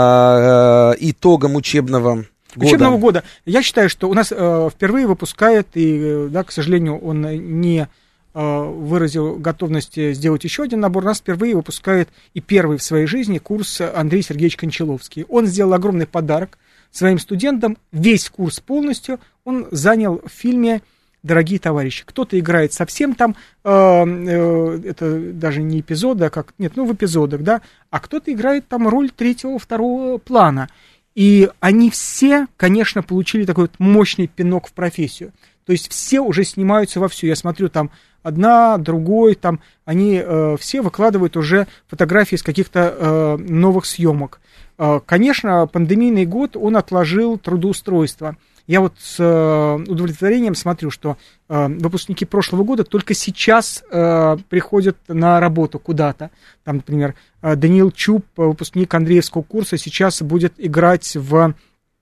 а, итогам учебного года. Учебного года. Я считаю, что у нас э, впервые выпускают, и, да, к сожалению, он не выразил готовность сделать еще один набор, нас впервые выпускает и первый в своей жизни курс Андрей Сергеевич Кончаловский. Он сделал огромный подарок своим студентам, весь курс полностью он занял в фильме «Дорогие товарищи». Кто-то играет совсем там, э, э, это даже не эпизоды, а как, нет, ну в эпизодах, да, а кто-то играет там роль третьего, второго плана. И они все, конечно, получили такой вот мощный пинок в профессию. То есть все уже снимаются вовсю. Я смотрю, там одна, другой, там они э, все выкладывают уже фотографии из каких-то э, новых съемок. Э, конечно, пандемийный год, он отложил трудоустройство. Я вот с э, удовлетворением смотрю, что э, выпускники прошлого года только сейчас э, приходят на работу куда-то. Там, например, э, Даниил Чуб, выпускник Андреевского курса, сейчас будет играть в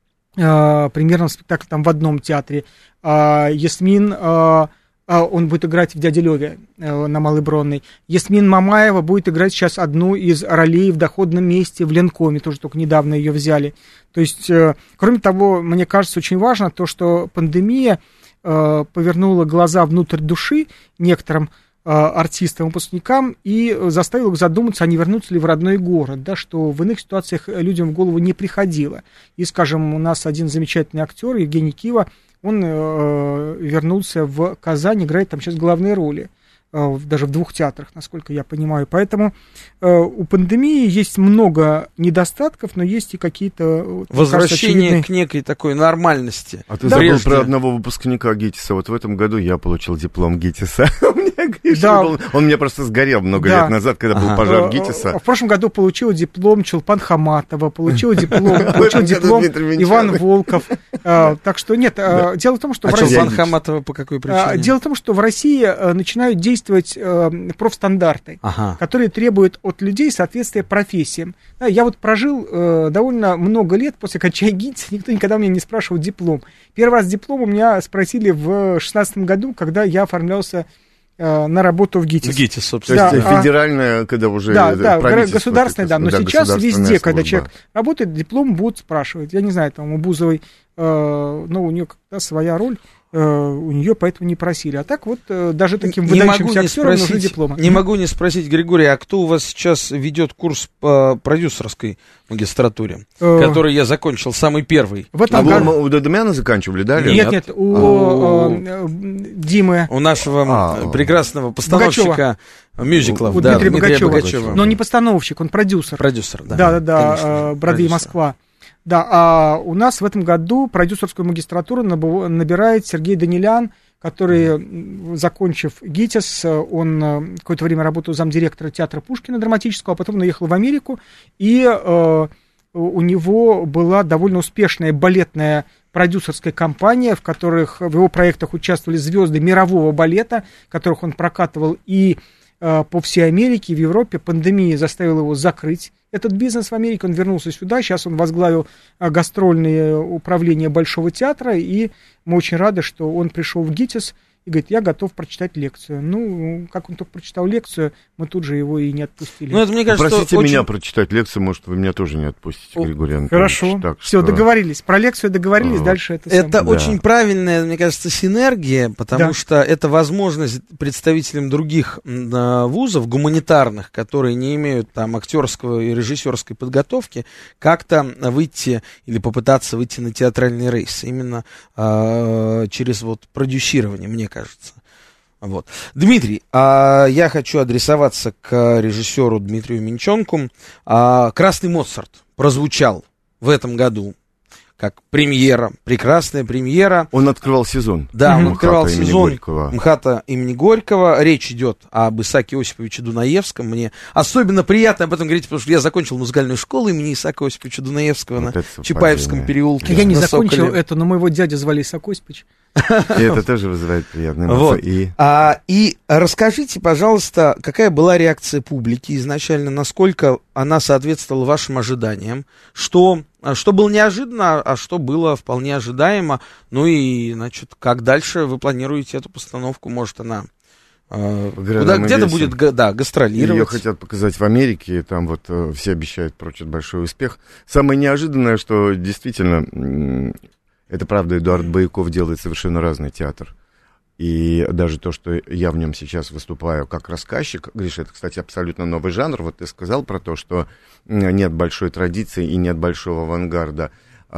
э, примерном спектакле там в одном театре. Э, Ясмин... Э, он будет играть в «Дяде Леве» на Малой Бронной. Ясмин Мамаева будет играть сейчас одну из ролей в «Доходном месте» в Ленкоме, тоже только недавно ее взяли. То есть, кроме того, мне кажется, очень важно то, что пандемия повернула глаза внутрь души некоторым артистам, выпускникам и заставила их задуматься, а не вернуться ли в родной город, да, что в иных ситуациях людям в голову не приходило. И, скажем, у нас один замечательный актер, Евгений Кива, он э, вернулся в Казань, играет там сейчас главные роли, э, даже в двух театрах, насколько я понимаю. Поэтому э, у пандемии есть много недостатков, но есть и какие-то... Возвращение кажется, к некой такой нормальности. А ты да. забыл про одного выпускника ГИТИСа. Вот в этом году я получил диплом ГИТИСа. Да. Он, он мне просто сгорел много да. лет назад, когда ага. был пожар ГИТИСа. В прошлом году получил диплом Чулпан Хаматова, получил диплом, получил диплом Иван Волков. Так что нет, дело в том, что а в России... Чулпан Хаматова по какой причине? Дело в том, что в России начинают действовать профстандарты, ага. которые требуют от людей соответствия профессиям. Я вот прожил довольно много лет после окончания ГИТИСа, никто никогда у меня не спрашивал диплом. Первый раз диплом у меня спросили в шестнадцатом году, когда я оформлялся на работу в ГИТИС. В ГИТИС, собственно. То есть да, федеральная, когда уже да, да, государственная, да, но да, сейчас везде, служба. Когда человек работает, диплом будут спрашивать. Я не знаю, там у Бузовой, э, ну, у нее как-то своя роль. у нее поэтому не просили. А так вот даже таким выдающимся актерам нужны дипломы. Не могу не спросить, Григорий, а кто у вас сейчас ведет курс по продюсерской магистратуре, э... который я закончил, самый первый? В этом а году... вы у Дадамяна заканчивали, да? Нет, нет, нет у а... Димы. У нашего а... прекрасного постановщика Богачева. Мюзиклов, у да, Дмитрия, Дмитрия Богачева. Богачева. Но не постановщик, он продюсер. Продюсер, да. Да, да, да, Бродвей Москва. Да, а у нас в этом году продюсерскую магистратуру набирает Сергей Данилян, который, закончив ГИТИС, он какое-то время работал замдиректора театра Пушкина драматического, а потом уехал в Америку, и э, у него была довольно успешная балетная продюсерская компания, в которых в его проектах участвовали звезды мирового балета, которых он прокатывал и э, по всей Америке, и в Европе. Пандемия заставила его закрыть этот бизнес в Америке, он вернулся сюда, сейчас он возглавил гастрольное управление Большого театра, и мы очень рады, что он пришел в ГИТИС и говорит, я готов прочитать лекцию. Ну, как он только прочитал лекцию, мы тут же его и не отпустили. Ну, это, мне кажется, Попросите очень... меня прочитать лекцию, может, вы меня тоже не отпустите, Григорий Анатольевич. Хорошо, так все, что... договорились. Про лекцию договорились, а, дальше это Это сам. очень да. правильная, мне кажется, синергия, потому да. что это возможность представителям других а, вузов, гуманитарных, которые не имеют там актерского и режиссерской подготовки, как-то выйти или попытаться выйти на театральный рейс. Именно а, через вот продюсирование, мне кажется. Вот. Дмитрий, а, я хочу адресоваться к режиссеру Дмитрию Минченку. А, «Красный Моцарт» прозвучал в этом году как премьера, прекрасная премьера. Он открывал сезон. Да, он открывал МХАТа сезон МХАТа имени Горького. Речь идет об Исааке Осиповиче Дунаевском. Мне особенно приятно об этом говорить, потому что я закончил музыкальную школу имени Исаака Осиповича Дунаевского вот на Чапаевском переулке. Я не закончил это, но моего дядю звали Исаак Осипович. И это тоже вызывает приятные эмоции. Вот. И... А, и расскажите, пожалуйста, какая была реакция публики изначально, насколько она соответствовала вашим ожиданиям, что, что было неожиданно, а что было вполне ожидаемо, ну и, значит, как дальше вы планируете эту постановку, может, она... Куда, где-то будет, да, гастролировать. Ее хотят показать в Америке, там вот все обещают, прочат большой успех. Самое неожиданное, что действительно... Это правда, Эдуард Бояков делает совершенно разный театр. И даже то, что я в нем сейчас выступаю как рассказчик, Гриша, это, кстати, абсолютно новый жанр. Вот ты сказал про то, что нет большой традиции и нет большого авангарда.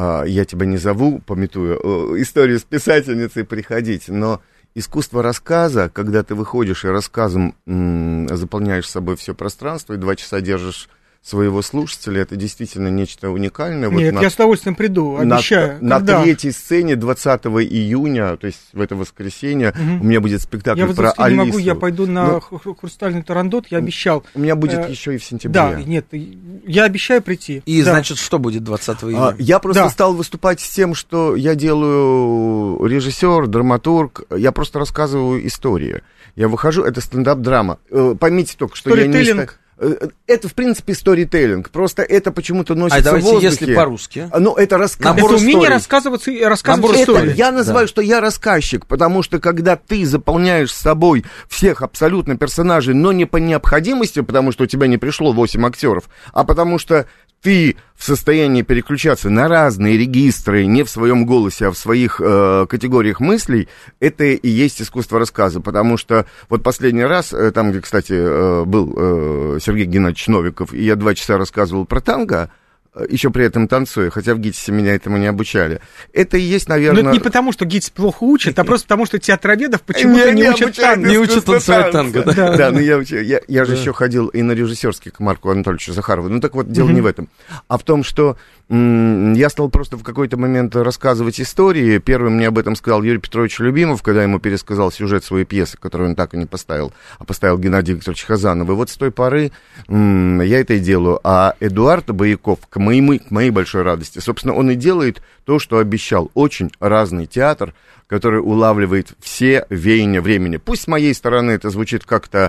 Я тебя не зову, памятуя историю с писательницей, приходить, но искусство рассказа, когда ты выходишь и рассказом заполняешь собой все пространство и два часа держишь своего слушателя, это действительно нечто уникальное. Нет, вот я на, с удовольствием приду, обещаю. На, на третьей сцене двадцатого июня, то есть в это воскресенье, угу. у меня будет спектакль я про Алису. Я не могу, я пойду на Но... «Хрустальный Турандот», я обещал. У меня будет э... еще и в сентябре. Да, нет, я обещаю прийти. И, да. значит, что будет двадцатого июня? А, я просто да. стал выступать с тем, что я делаю режиссер, драматург, я просто рассказываю истории. Я выхожу, это стендап-драма. Э, поймите только, что я не... Это, в принципе, сторителлинг. Просто это почему-то носится а давайте, в воздухе. Если по-русски. Ну, это рассказ. Это умение рассказывать, рассказывать историю. Я называю, да. что я рассказчик, потому что когда ты заполняешь с собой всех абсолютно персонажей, но не по необходимости, потому что у тебя не пришло восемь актеров, а потому что ты в состоянии переключаться на разные регистры, не в своем голосе, а в своих э, категориях мыслей, это и есть искусство рассказа, потому что вот последний раз, э, там, где, кстати, э, был э, Сергей Геннадьевич Новиков, и я два часа рассказывал про танго, еще при этом танцуя, хотя в ГИТИСе меня этому не обучали. Это и есть, наверное... Но это не потому, что ГИТИС плохо учит, а просто потому, что театроведов почему-то не, не учат танго. Не учат танцевать танго. Да, да, да, но я, я, я же да. еще ходил и на режиссерский к Марку Анатольевичу Захарову. Ну так вот, дело mm-hmm. не в этом, а в том, что м- я стал просто в какой-то момент рассказывать истории. Первым мне об этом сказал Юрий Петрович Любимов, когда ему пересказал сюжет своей пьесы, которую он так и не поставил, а поставил Геннадий Викторович Хазанов. И вот с той поры м- я это и делаю. А Эдуард Бояков, к моему, к моей большой радости, собственно, он и делает то, что обещал. Очень разный театр, который улавливает все веяния времени. Пусть с моей стороны это звучит как-то,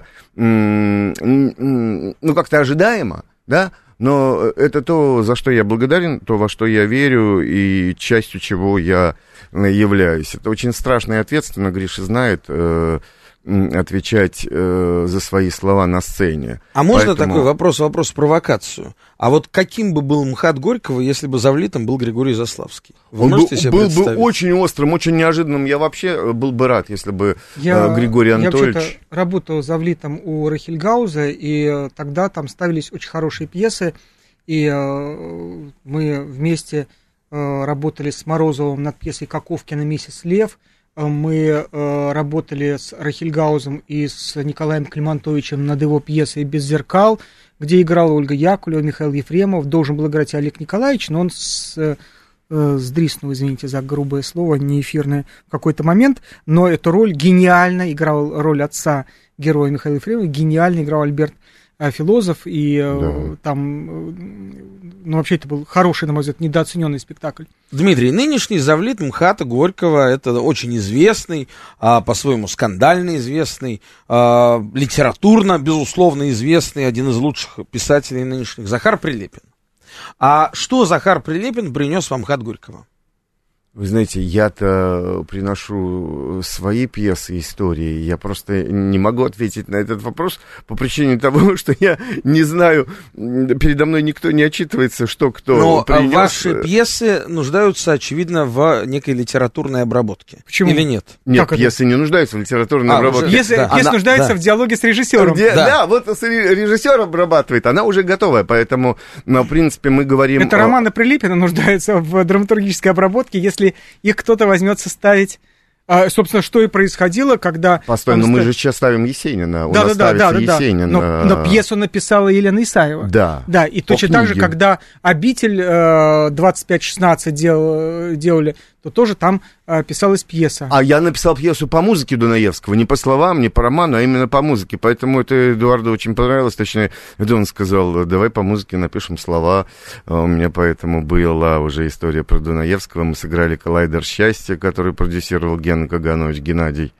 м- м- ну, как-то ожидаемо, да, но это то, за что я благодарен, то, во что я верю, и частью чего я являюсь. Это очень страшно и ответственно, Гриша знает. отвечать э, за свои слова на сцене. А можно Поэтому... такой вопрос, вопрос провокацию? А вот каким бы был МХАТ Горького, если бы завлитом был Григорий Заславский? Вы Он можете был, себе был представить? бы очень острым, очень неожиданным. Я вообще был бы рад, если бы я, э, Григорий Анатольевич... Я вообще-то работал завлитом у Рахильгауза, и тогда там ставились очень хорошие пьесы, и э, мы вместе э, работали с Морозовым над пьесой «Каковкина «Месяц Лев». Мы э, работали с Рахильгаузом и с Николаем Климантовичем над его пьесой «Без зеркал», где играла Ольга Якулева, Михаил Ефремов. Должен был играть Олег Николаевич, но он с, э, сдриснул, извините за грубое слово, не эфирное, в какой-то момент. Но эту роль гениально играл, роль отца героя Михаила Ефремова, гениально играл Альберт Филозоф, и да. там, ну, вообще, это был хороший, на мой взгляд, недооцененный спектакль. Дмитрий, нынешний завлит МХАТа Горького, это очень известный, а, по-своему скандально известный, а, литературно, безусловно, известный, один из лучших писателей нынешних, Захар Прилепин. А что Захар Прилепин принес в МХАТ Горького? Вы знаете, я-то приношу свои пьесы, истории. Я просто не могу ответить на этот вопрос по причине того, что я не знаю, передо мной никто не отчитывается, что кто Но принес. Ваши пьесы нуждаются, очевидно, в некой литературной обработке. Почему? Или нет? Нет, как пьесы это? не нуждаются в литературной а, обработке. Пьесы, да. пьеса Она, нуждается да. в диалоге с режиссером. Где, да. да, вот режиссер обрабатывает, она уже готовая, поэтому, ну, в принципе, мы говорим... Это о... романы Прилепина нуждаются в драматургической обработке, если их кто-то возьмет составить, а, собственно, что и происходило, когда... Постой, но ст... мы же сейчас ставим Есенина, у да, нас да, да, ставится да, Есенин. Да. Но, но пьесу написала Елена Исаева. Да. Да, и точно так же, когда «Обитель» э, двадцать пять шестнадцать дел, делали, то тоже там э, писалась пьеса. А я написал пьесу по музыке Дунаевского, не по словам, не по роману, а именно по музыке. Поэтому это Эдуарду очень понравилось. Точнее, он сказал, давай по музыке напишем слова. У меня поэтому была уже история про Дунаевского. Мы сыграли «Коллайдер счастья», который продюсировал Гена Каганович, Геннадий.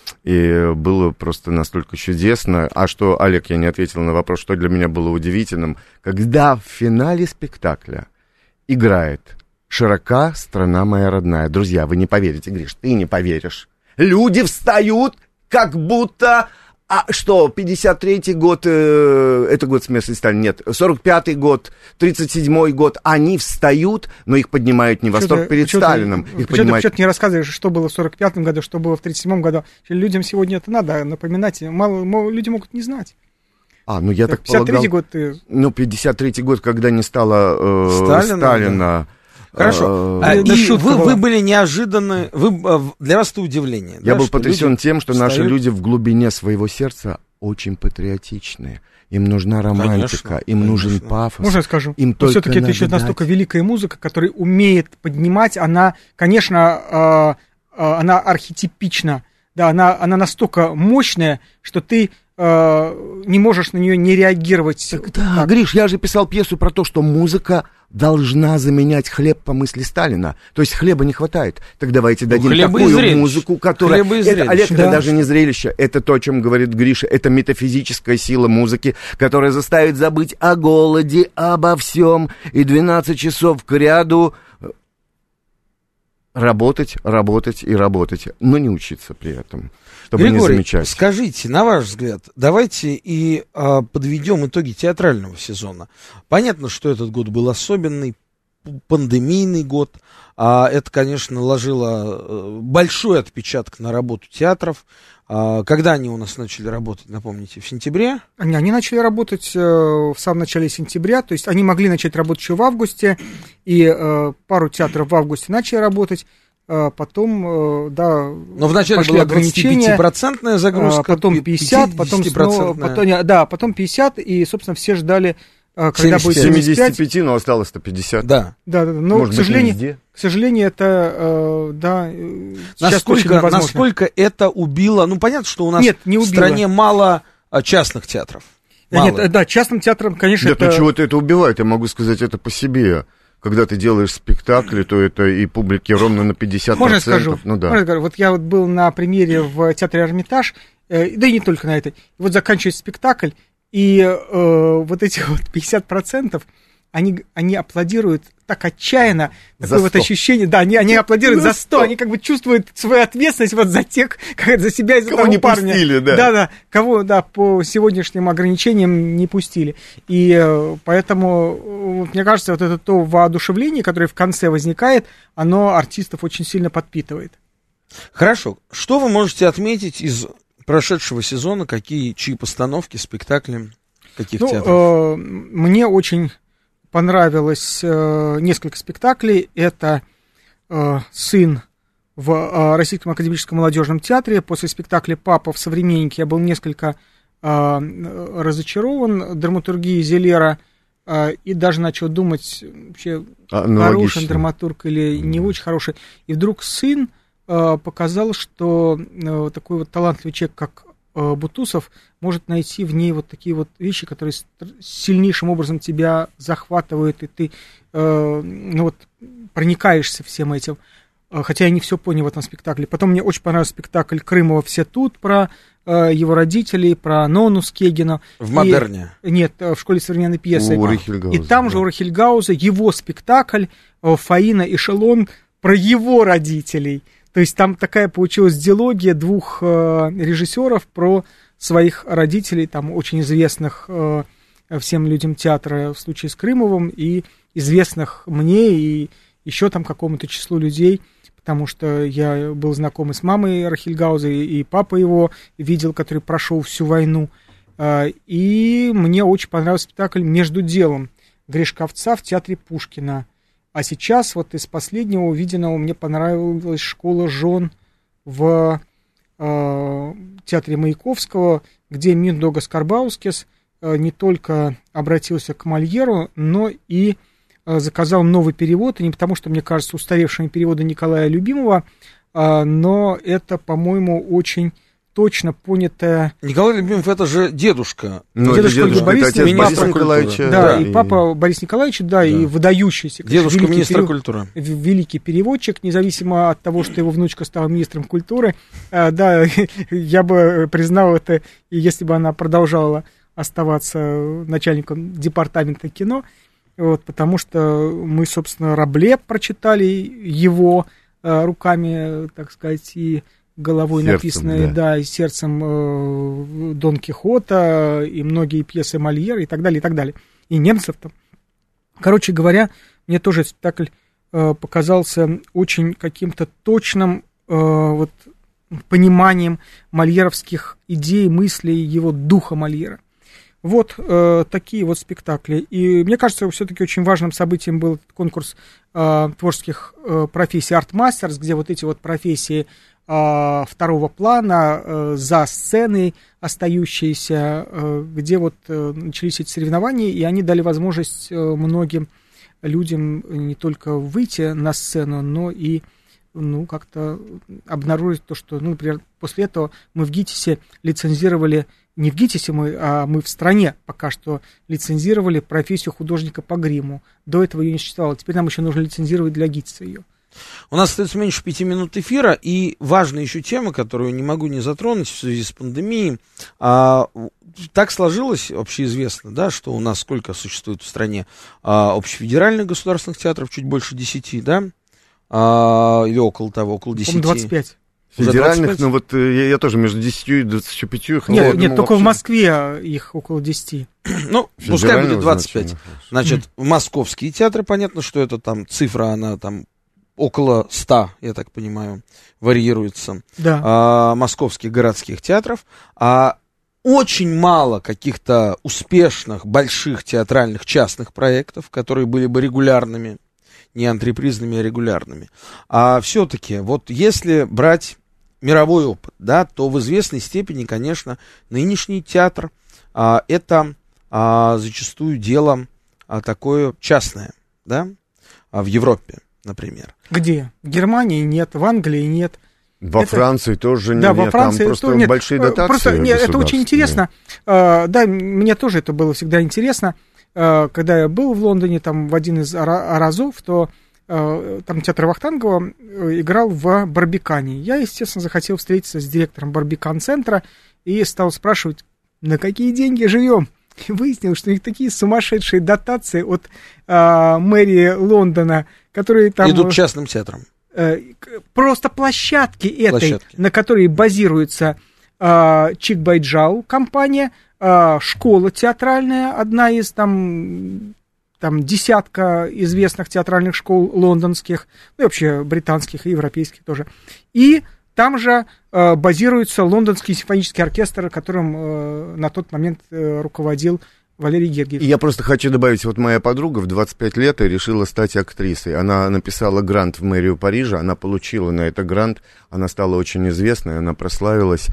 И было просто настолько чудесно. А что, Олег, я не ответил на вопрос, что для меня было удивительным. Когда в финале спектакля играет «Широка страна моя родная». Друзья, вы не поверите, Гриш, ты не поверишь. Люди встают, как будто... А что, пятьдесят третий год, э, это год смерти Сталина, нет, сорок пятый год, тридцать седьмой год, они встают, но их поднимают не восторг перед почему Сталином. Ты, их почему, поднимают... ты, почему ты не рассказываешь, что было в сорок пятом году, что было в тридцать седьмом году? Людям сегодня это надо напоминать, мало, мало, люди могут не знать. А, ну я так пятьдесят третий полагал... год ты... Ну, пятьдесят третий год, когда не стало э, Сталина, Сталина... Хорошо. Э, А, и вы, была. вы были неожиданны, вы, для вас это удивление. Я да, был что потрясен люди тем, что встают... наши люди в глубине своего сердца очень патриотичные. Им нужна романтика, Конечно, им конечно. нужен пафос. Можно я скажу? Им Но только все-таки это еще надо настолько дать. великая музыка, которая умеет поднимать, она, конечно, э, э, она архетипична, да, она, она настолько мощная, что ты э, не можешь на нее не реагировать. Так, да, Гриш, я же писал пьесу про то, что музыка должна заменять хлеб по мысли Сталина. То есть хлеба не хватает. Так давайте дадим хлеба и такую зрелищ. музыку, которая... Хлеба и это, зрелищ. Олег, Да. это даже не зрелище, это то, о чем говорит Гриша. Это метафизическая сила музыки, которая заставит забыть о голоде, обо всем. И двенадцать часов к ряду работать, работать и работать. Но не учиться при этом, чтобы Григорий, не замечать. скажите, на ваш взгляд, давайте и а, подведем итоги театрального сезона. Понятно, что этот год был особенный, пандемийный год. А это, конечно, наложило большой отпечаток на работу театров. А, когда они у нас начали работать, напомните, в сентябре? Они, они начали работать э, в самом начале сентября, то есть они могли начать работать еще в августе, и э, пару театров в августе начали работать. Потом, да, но вначале была двадцатипятипроцентная загрузка, потом пятьдесят, потом снова, потом, да, потом пятьдесят, и, собственно, все ждали, когда будет семьдесят пять. семьдесят пять, но осталось-то пятьдесят. Да. Да, да, да. Но, может к сожалению, быть, к сожалению, это, да, насколько, насколько это убило, ну, понятно, что у нас Нет, не в стране мало частных театров. Мало. Нет, да, частным театрам, конечно, Нет, это... ну чего-то это убивает, я могу сказать это по себе. Когда ты делаешь спектакли, то это и публике ровно на пятьдесят процентов. Можно скажу? Ну, да. Можно скажу? Вот я вот был на премьере в театре «Эрмитаж», э, да и не только на этой. Вот заканчивается спектакль, и э, вот эти вот пятьдесят процентов они, они аплодируют так отчаянно, За такое вот сто. ощущение, да, они, они аплодируют За за сто, сто. они как бы чувствуют свою ответственность вот за тех, как за себя и за Кого того не парня. пустили, да. Да, да, кого, да, по сегодняшним ограничениям не пустили. И э, поэтому, э, мне кажется, вот это то воодушевление, которое в конце возникает, оно артистов очень сильно подпитывает. Хорошо. Что вы можете отметить из прошедшего сезона? Какие, чьи постановки, спектакли, каких Ну, театров? э, мне очень понравилось э, несколько спектаклей. Это э, «Сын» в э, Российском академическом молодежном театре. После спектакля «Папа» в «Современнике» я был несколько э, разочарован драматургией Зелера э, и даже начал думать, вообще, А, хороший он драматург или не очень хороший. И вдруг «Сын» э, показал, что э, такой вот талантливый человек, как э, Бутусов, может найти в ней вот такие вот вещи, которые сильнейшим образом тебя захватывают, и ты э, ну вот, проникаешься всем этим. Хотя я не все понял в этом спектакле. Потом мне очень понравился спектакль Крымова «Все тут», про э, его родителей, про Нону Скегина. В модерне? И, нет, в школе современной пьесы. У Рихельгауза, и там да. же у Рихельгауза его спектакль э, «Фаина Эшелон» про его родителей. То есть там такая получилась диалогия двух э, режиссеров про своих родителей, там очень известных э, всем людям театра в случае с Крымовым, и известных мне, и еще там какому-то числу людей, потому что я был знаком и с мамой Рахильгауза, и папа его видел, который прошел всю войну. И мне очень понравился спектакль «Между делом» Гришковца в театре Пушкина. А сейчас вот из последнего увиденного мне понравилась «Школа жен» в э, театре Маяковского, где Миндога Скарбаускис э, не только обратился к Мольеру, но и заказал новый перевод, и не потому, что, мне кажется, устаревшими переводы Николая Любимого, а, но это, по-моему, очень точно понятое... Николай Любимов — это же дедушка. Ну, дедушка это дедушка, Бориса, это отец министр Бориса Николаевича. Да, да, и, и папа Бориса Николаевича, да, да, и выдающийся. Дедушка великий министра перев... культуры. Великий переводчик, независимо от того, что его внучка стала министром культуры. А, да, я бы признал это, и если бы она продолжала оставаться начальником департамента кино. Вот, потому что мы, собственно, Рабле прочитали его э, руками, так сказать, и головой сердцем, написанной, да. да, и сердцем э, Дон Кихота, и многие пьесы Мольера, и так далее, и так далее. И немцев там. Короче говоря, мне тоже спектакль э, показался очень каким-то точным э, вот, пониманием мольеровских идей, мыслей, его духа Мольера. Вот э, такие вот спектакли. И мне кажется, все-таки очень важным событием был конкурс э, творческих э, профессий «Артмастерс», где вот эти вот профессии э, второго плана, э, за сценой остающиеся, э, где вот э, начались эти соревнования, и они дали возможность э, многим людям не только выйти на сцену, но и ну, как-то обнаружить то, что, ну, например, после этого мы в ГИТИСе лицензировали, не в ГИТИСе мы, а мы в стране пока что лицензировали профессию художника по гриму. До этого ее не существовало. Теперь нам еще нужно лицензировать для ГИТИСа ее. У нас остается меньше пяти минут эфира, и важная еще тема, которую не могу не затронуть в связи с пандемией. А, так сложилось, общеизвестно, да, что у нас сколько существует в стране а, общефедеральных государственных театров, чуть больше десяти, да? А, или около того, около десяти. По-моему, двадцать пять. Федеральных, ну вот я, я тоже между десятью и двадцатью пятью. Нет, я нет, думал, только вообще... в Москве их около десяти. Ну, пускай будет двадцать пять. Значения, Значит, московские театры, понятно, что это там цифра, она там около ста, я так понимаю, варьируется. Да. А, московских городских театров. А очень мало каких-то успешных, больших театральных частных проектов, которые были бы регулярными, не антрепризными, а регулярными. А все-таки, вот если брать мировой опыт, да, то в известной степени, конечно, нынешний театр а, это а, зачастую дело а, такое частное, да, а в Европе, например. Где? В Германии нет, в Англии нет. Во это... Франции тоже да, нет, во Франции там просто тоже нет. большие дотации. Просто, нет, это очень интересно. Uh, да, мне тоже это было всегда интересно. Uh, когда я был в Лондоне, там в один из разов, то uh, там театр Вахтангова играл в Барбикане. Я, естественно, захотел встретиться с директором Барбикан-центра и стал спрашивать, на какие деньги живем? И выяснилось, что у них такие сумасшедшие дотации от э, мэрии Лондона, которые там... Идут к частным театрам. Э, просто площадки этой, Площадки. на которой базируется э, Чик-Байджау компания, э, школа театральная, одна из там... там десятка известных театральных школ лондонских, ну и вообще британских и европейских тоже. И там же э, базируется Лондонский симфонический оркестр, которым э, на тот момент э, руководил Валерий Гергиев. И я просто хочу добавить, вот моя подруга в двадцать пять лет решила стать актрисой. Она написала грант в мэрию Парижа, она получила на это грант, она стала очень известной, она прославилась.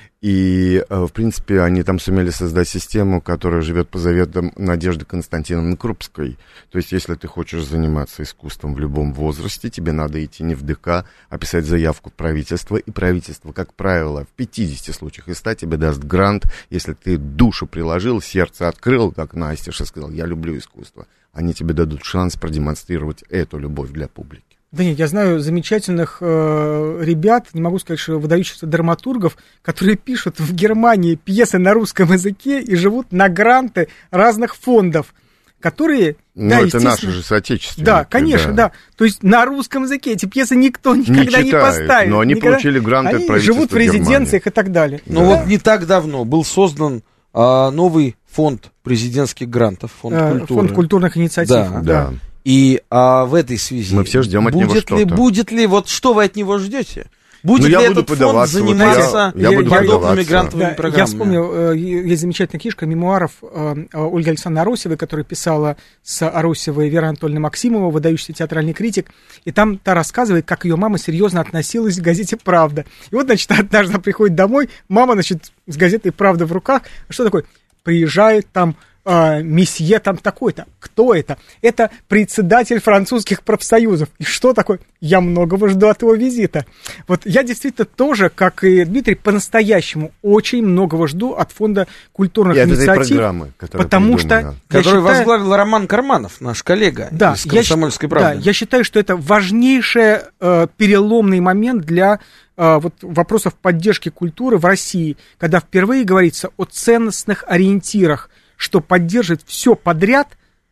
И, в принципе, они там сумели создать систему, которая живет по заветам Надежды Константиновны Крупской. То есть, если ты хочешь заниматься искусством в любом возрасте, тебе надо идти не в ДК, а писать заявку в правительство. И правительство, как правило, в пятидесяти случаях из ста тебе даст грант, если ты душу приложил, сердце открыл, как Настя сказал, я люблю искусство. Они тебе дадут шанс продемонстрировать эту любовь для публики. Да нет, я знаю замечательных э, ребят, не могу сказать, что выдающихся драматургов, которые пишут в Германии пьесы на русском языке и живут на гранты разных фондов, которые... Ну, да, это наши же соотечественники. Да, конечно, да. да. То есть на русском языке эти пьесы никто никогда не, не поставит. Но они никогда... получили гранты они от правительства живут в резиденциях Германии. И так далее. Ну да. вот не так давно был создан а, новый фонд президентских грантов, фонд а, культуры. Фонд культурных инициатив. Да, да. И а, в этой связи... Мы все ждем от будет него ли, что-то. Будет ли, вот что вы от него ждете? Будет ну, ли я этот буду фонд подаваться, заниматься вот я, я буду подобными подаваться. грантовыми Да, программами? я вспомнил, есть замечательная книжка мемуаров Ольги Александровны Аросевой, которая писала с Аросевой Вера Анатольевна Максимова, выдающийся театральный критик, и там та рассказывает, как ее мама серьезно относилась к газете «Правда». И вот, значит, однажды она приходит домой, мама, значит, с газетой «Правда» в руках, что такое? Приезжает там Uh, месье там такой-то. Кто это? Это председатель французских профсоюзов. И что такое? Я многого жду от его визита. Вот я действительно тоже, как и Дмитрий, по-настоящему очень многого жду от фонда культурных и от инициатив. Этой программы, потому что... Который считаю, возглавил Роман Карманов, наш коллега да, из «Комсомольской я, правды». Да, я считаю, что это важнейший э, переломный момент для э, вот, вопросов поддержки культуры в России, когда впервые говорится о ценностных ориентирах, что поддерживать все подряд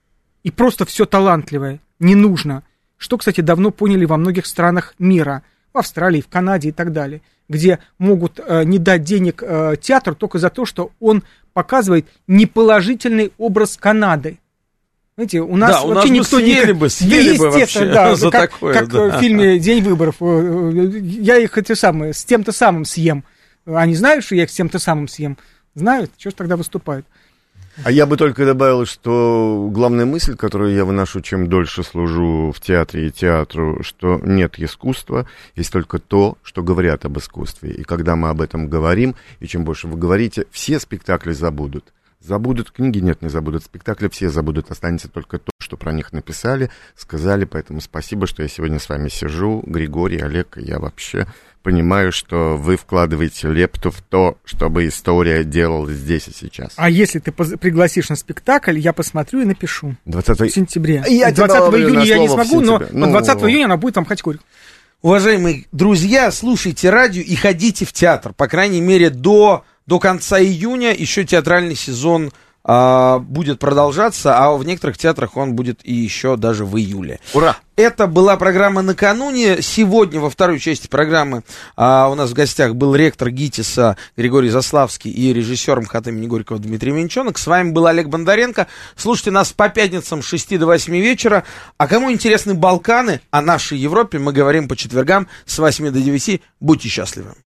и просто все талантливое не нужно. Что, кстати, давно поняли во многих странах мира, в Австралии, в Канаде и так далее, где могут э, не дать денег э, театру только за то, что он показывает неположительный образ Канады. Знаете, у нас да, вообще у нас никто бы съели не... бы, съели да, бы вообще да, за как, такое. Как да. в фильме «День выборов». Я их эти самые, с тем-то самым съем. Они знают, что я их с тем-то самым съем? Знают? Чего ж тогда выступают? А я бы только добавил, что главная мысль, которую я выношу, чем дольше служу в театре и театру, что нет искусства, есть только то, что говорят об искусстве. И когда мы об этом говорим, и чем больше вы говорите, все спектакли забудут. Забудут книги, нет, не забудут спектакли, все забудут, останется только то, что про них написали, сказали, поэтому спасибо, что я сегодня с вами сижу, Григорий, Олег, я вообще понимаю, что вы вкладываете лепту в то, чтобы история делалась здесь и сейчас. А если ты пригласишь на спектакль, я посмотрю и напишу двадцатого... в сентябре. Я двадцатого июня я не смогу, но ну... двадцатого июня она будет в Амхатькове. Уважаемые друзья, слушайте радио и ходите в театр, по крайней мере, до... До конца июня еще театральный сезон а, будет продолжаться, а в некоторых театрах он будет и еще даже в июле. Ура! Это была программа «Накануне». Сегодня во второй части программы а, у нас в гостях был ректор ГИТИСа Григорий Заславский и режиссер МХАТ имени Горького Дмитрий Минчонок. С вами был Олег Бондаренко. Слушайте нас по пятницам с шести до восьми вечера. А кому интересны Балканы, о нашей Европе мы говорим по четвергам с восьми до девяти. Будьте счастливы.